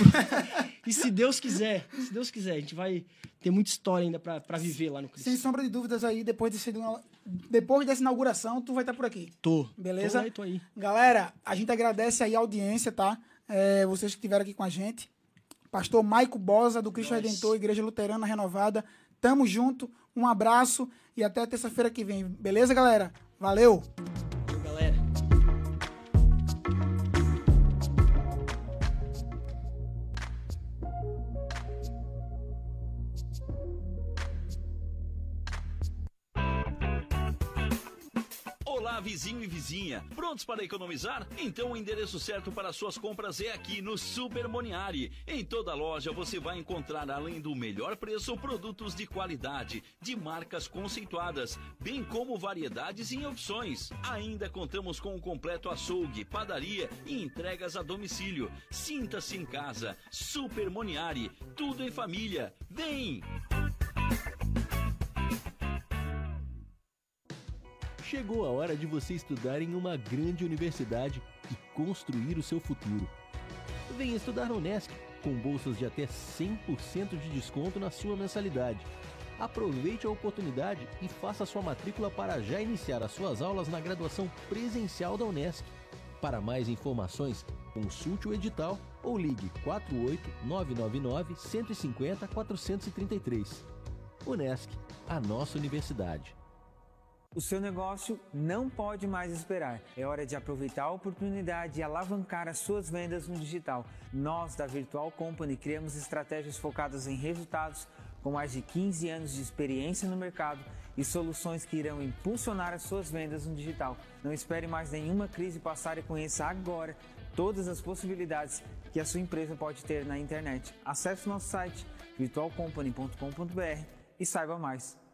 S5: e se Deus quiser, se Deus quiser, a gente vai ter muita história ainda pra pra viver lá no Cristo.
S4: Sem sombra de dúvidas aí, depois, desse, depois dessa inauguração, tu vai estar por aqui.
S5: Tô.
S4: Beleza?
S5: Tô aí, tô aí.
S4: Galera, a gente agradece aí a audiência, tá? É, vocês que estiveram aqui com a gente. Pastor Maico Bosa, do Cristo
S5: Nós.
S4: Redentor, Igreja Luterana Renovada. Tamo junto, um abraço e até terça-feira que vem. Beleza, galera? Valeu!
S5: Valeu, galera.
S1: Olá, vizinho e vizinha. Prontos para economizar? Então o endereço certo para suas compras é aqui no Super Moniari. Em toda loja você vai encontrar, além do melhor preço, produtos de qualidade, de marcas conceituadas, bem como variedades em opções. Ainda contamos com um completo açougue, padaria e entregas a domicílio. Sinta-se em casa. Super Moniari. Tudo em família. Vem!
S3: Chegou a hora de você estudar em uma grande universidade e construir o seu futuro. Venha estudar na Unesc, com bolsas de até cem por cento de desconto na sua mensalidade. Aproveite a oportunidade e faça sua matrícula para já iniciar as suas aulas na graduação presencial da Unesc. Para mais informações, consulte o edital ou ligue quatro oito nove nove nove, um cinco zero, quatro três três. Unesc, a nossa universidade.
S7: O seu negócio não pode mais esperar. É hora de aproveitar a oportunidade e alavancar as suas vendas no digital. Nós, da Virtual Company, criamos estratégias focadas em resultados com mais de quinze anos de experiência no mercado e soluções que irão impulsionar as suas vendas no digital. Não espere mais nenhuma crise passar e conheça agora todas as possibilidades que a sua empresa pode ter na internet. Acesse o nosso site virtual company ponto com ponto b r e saiba mais.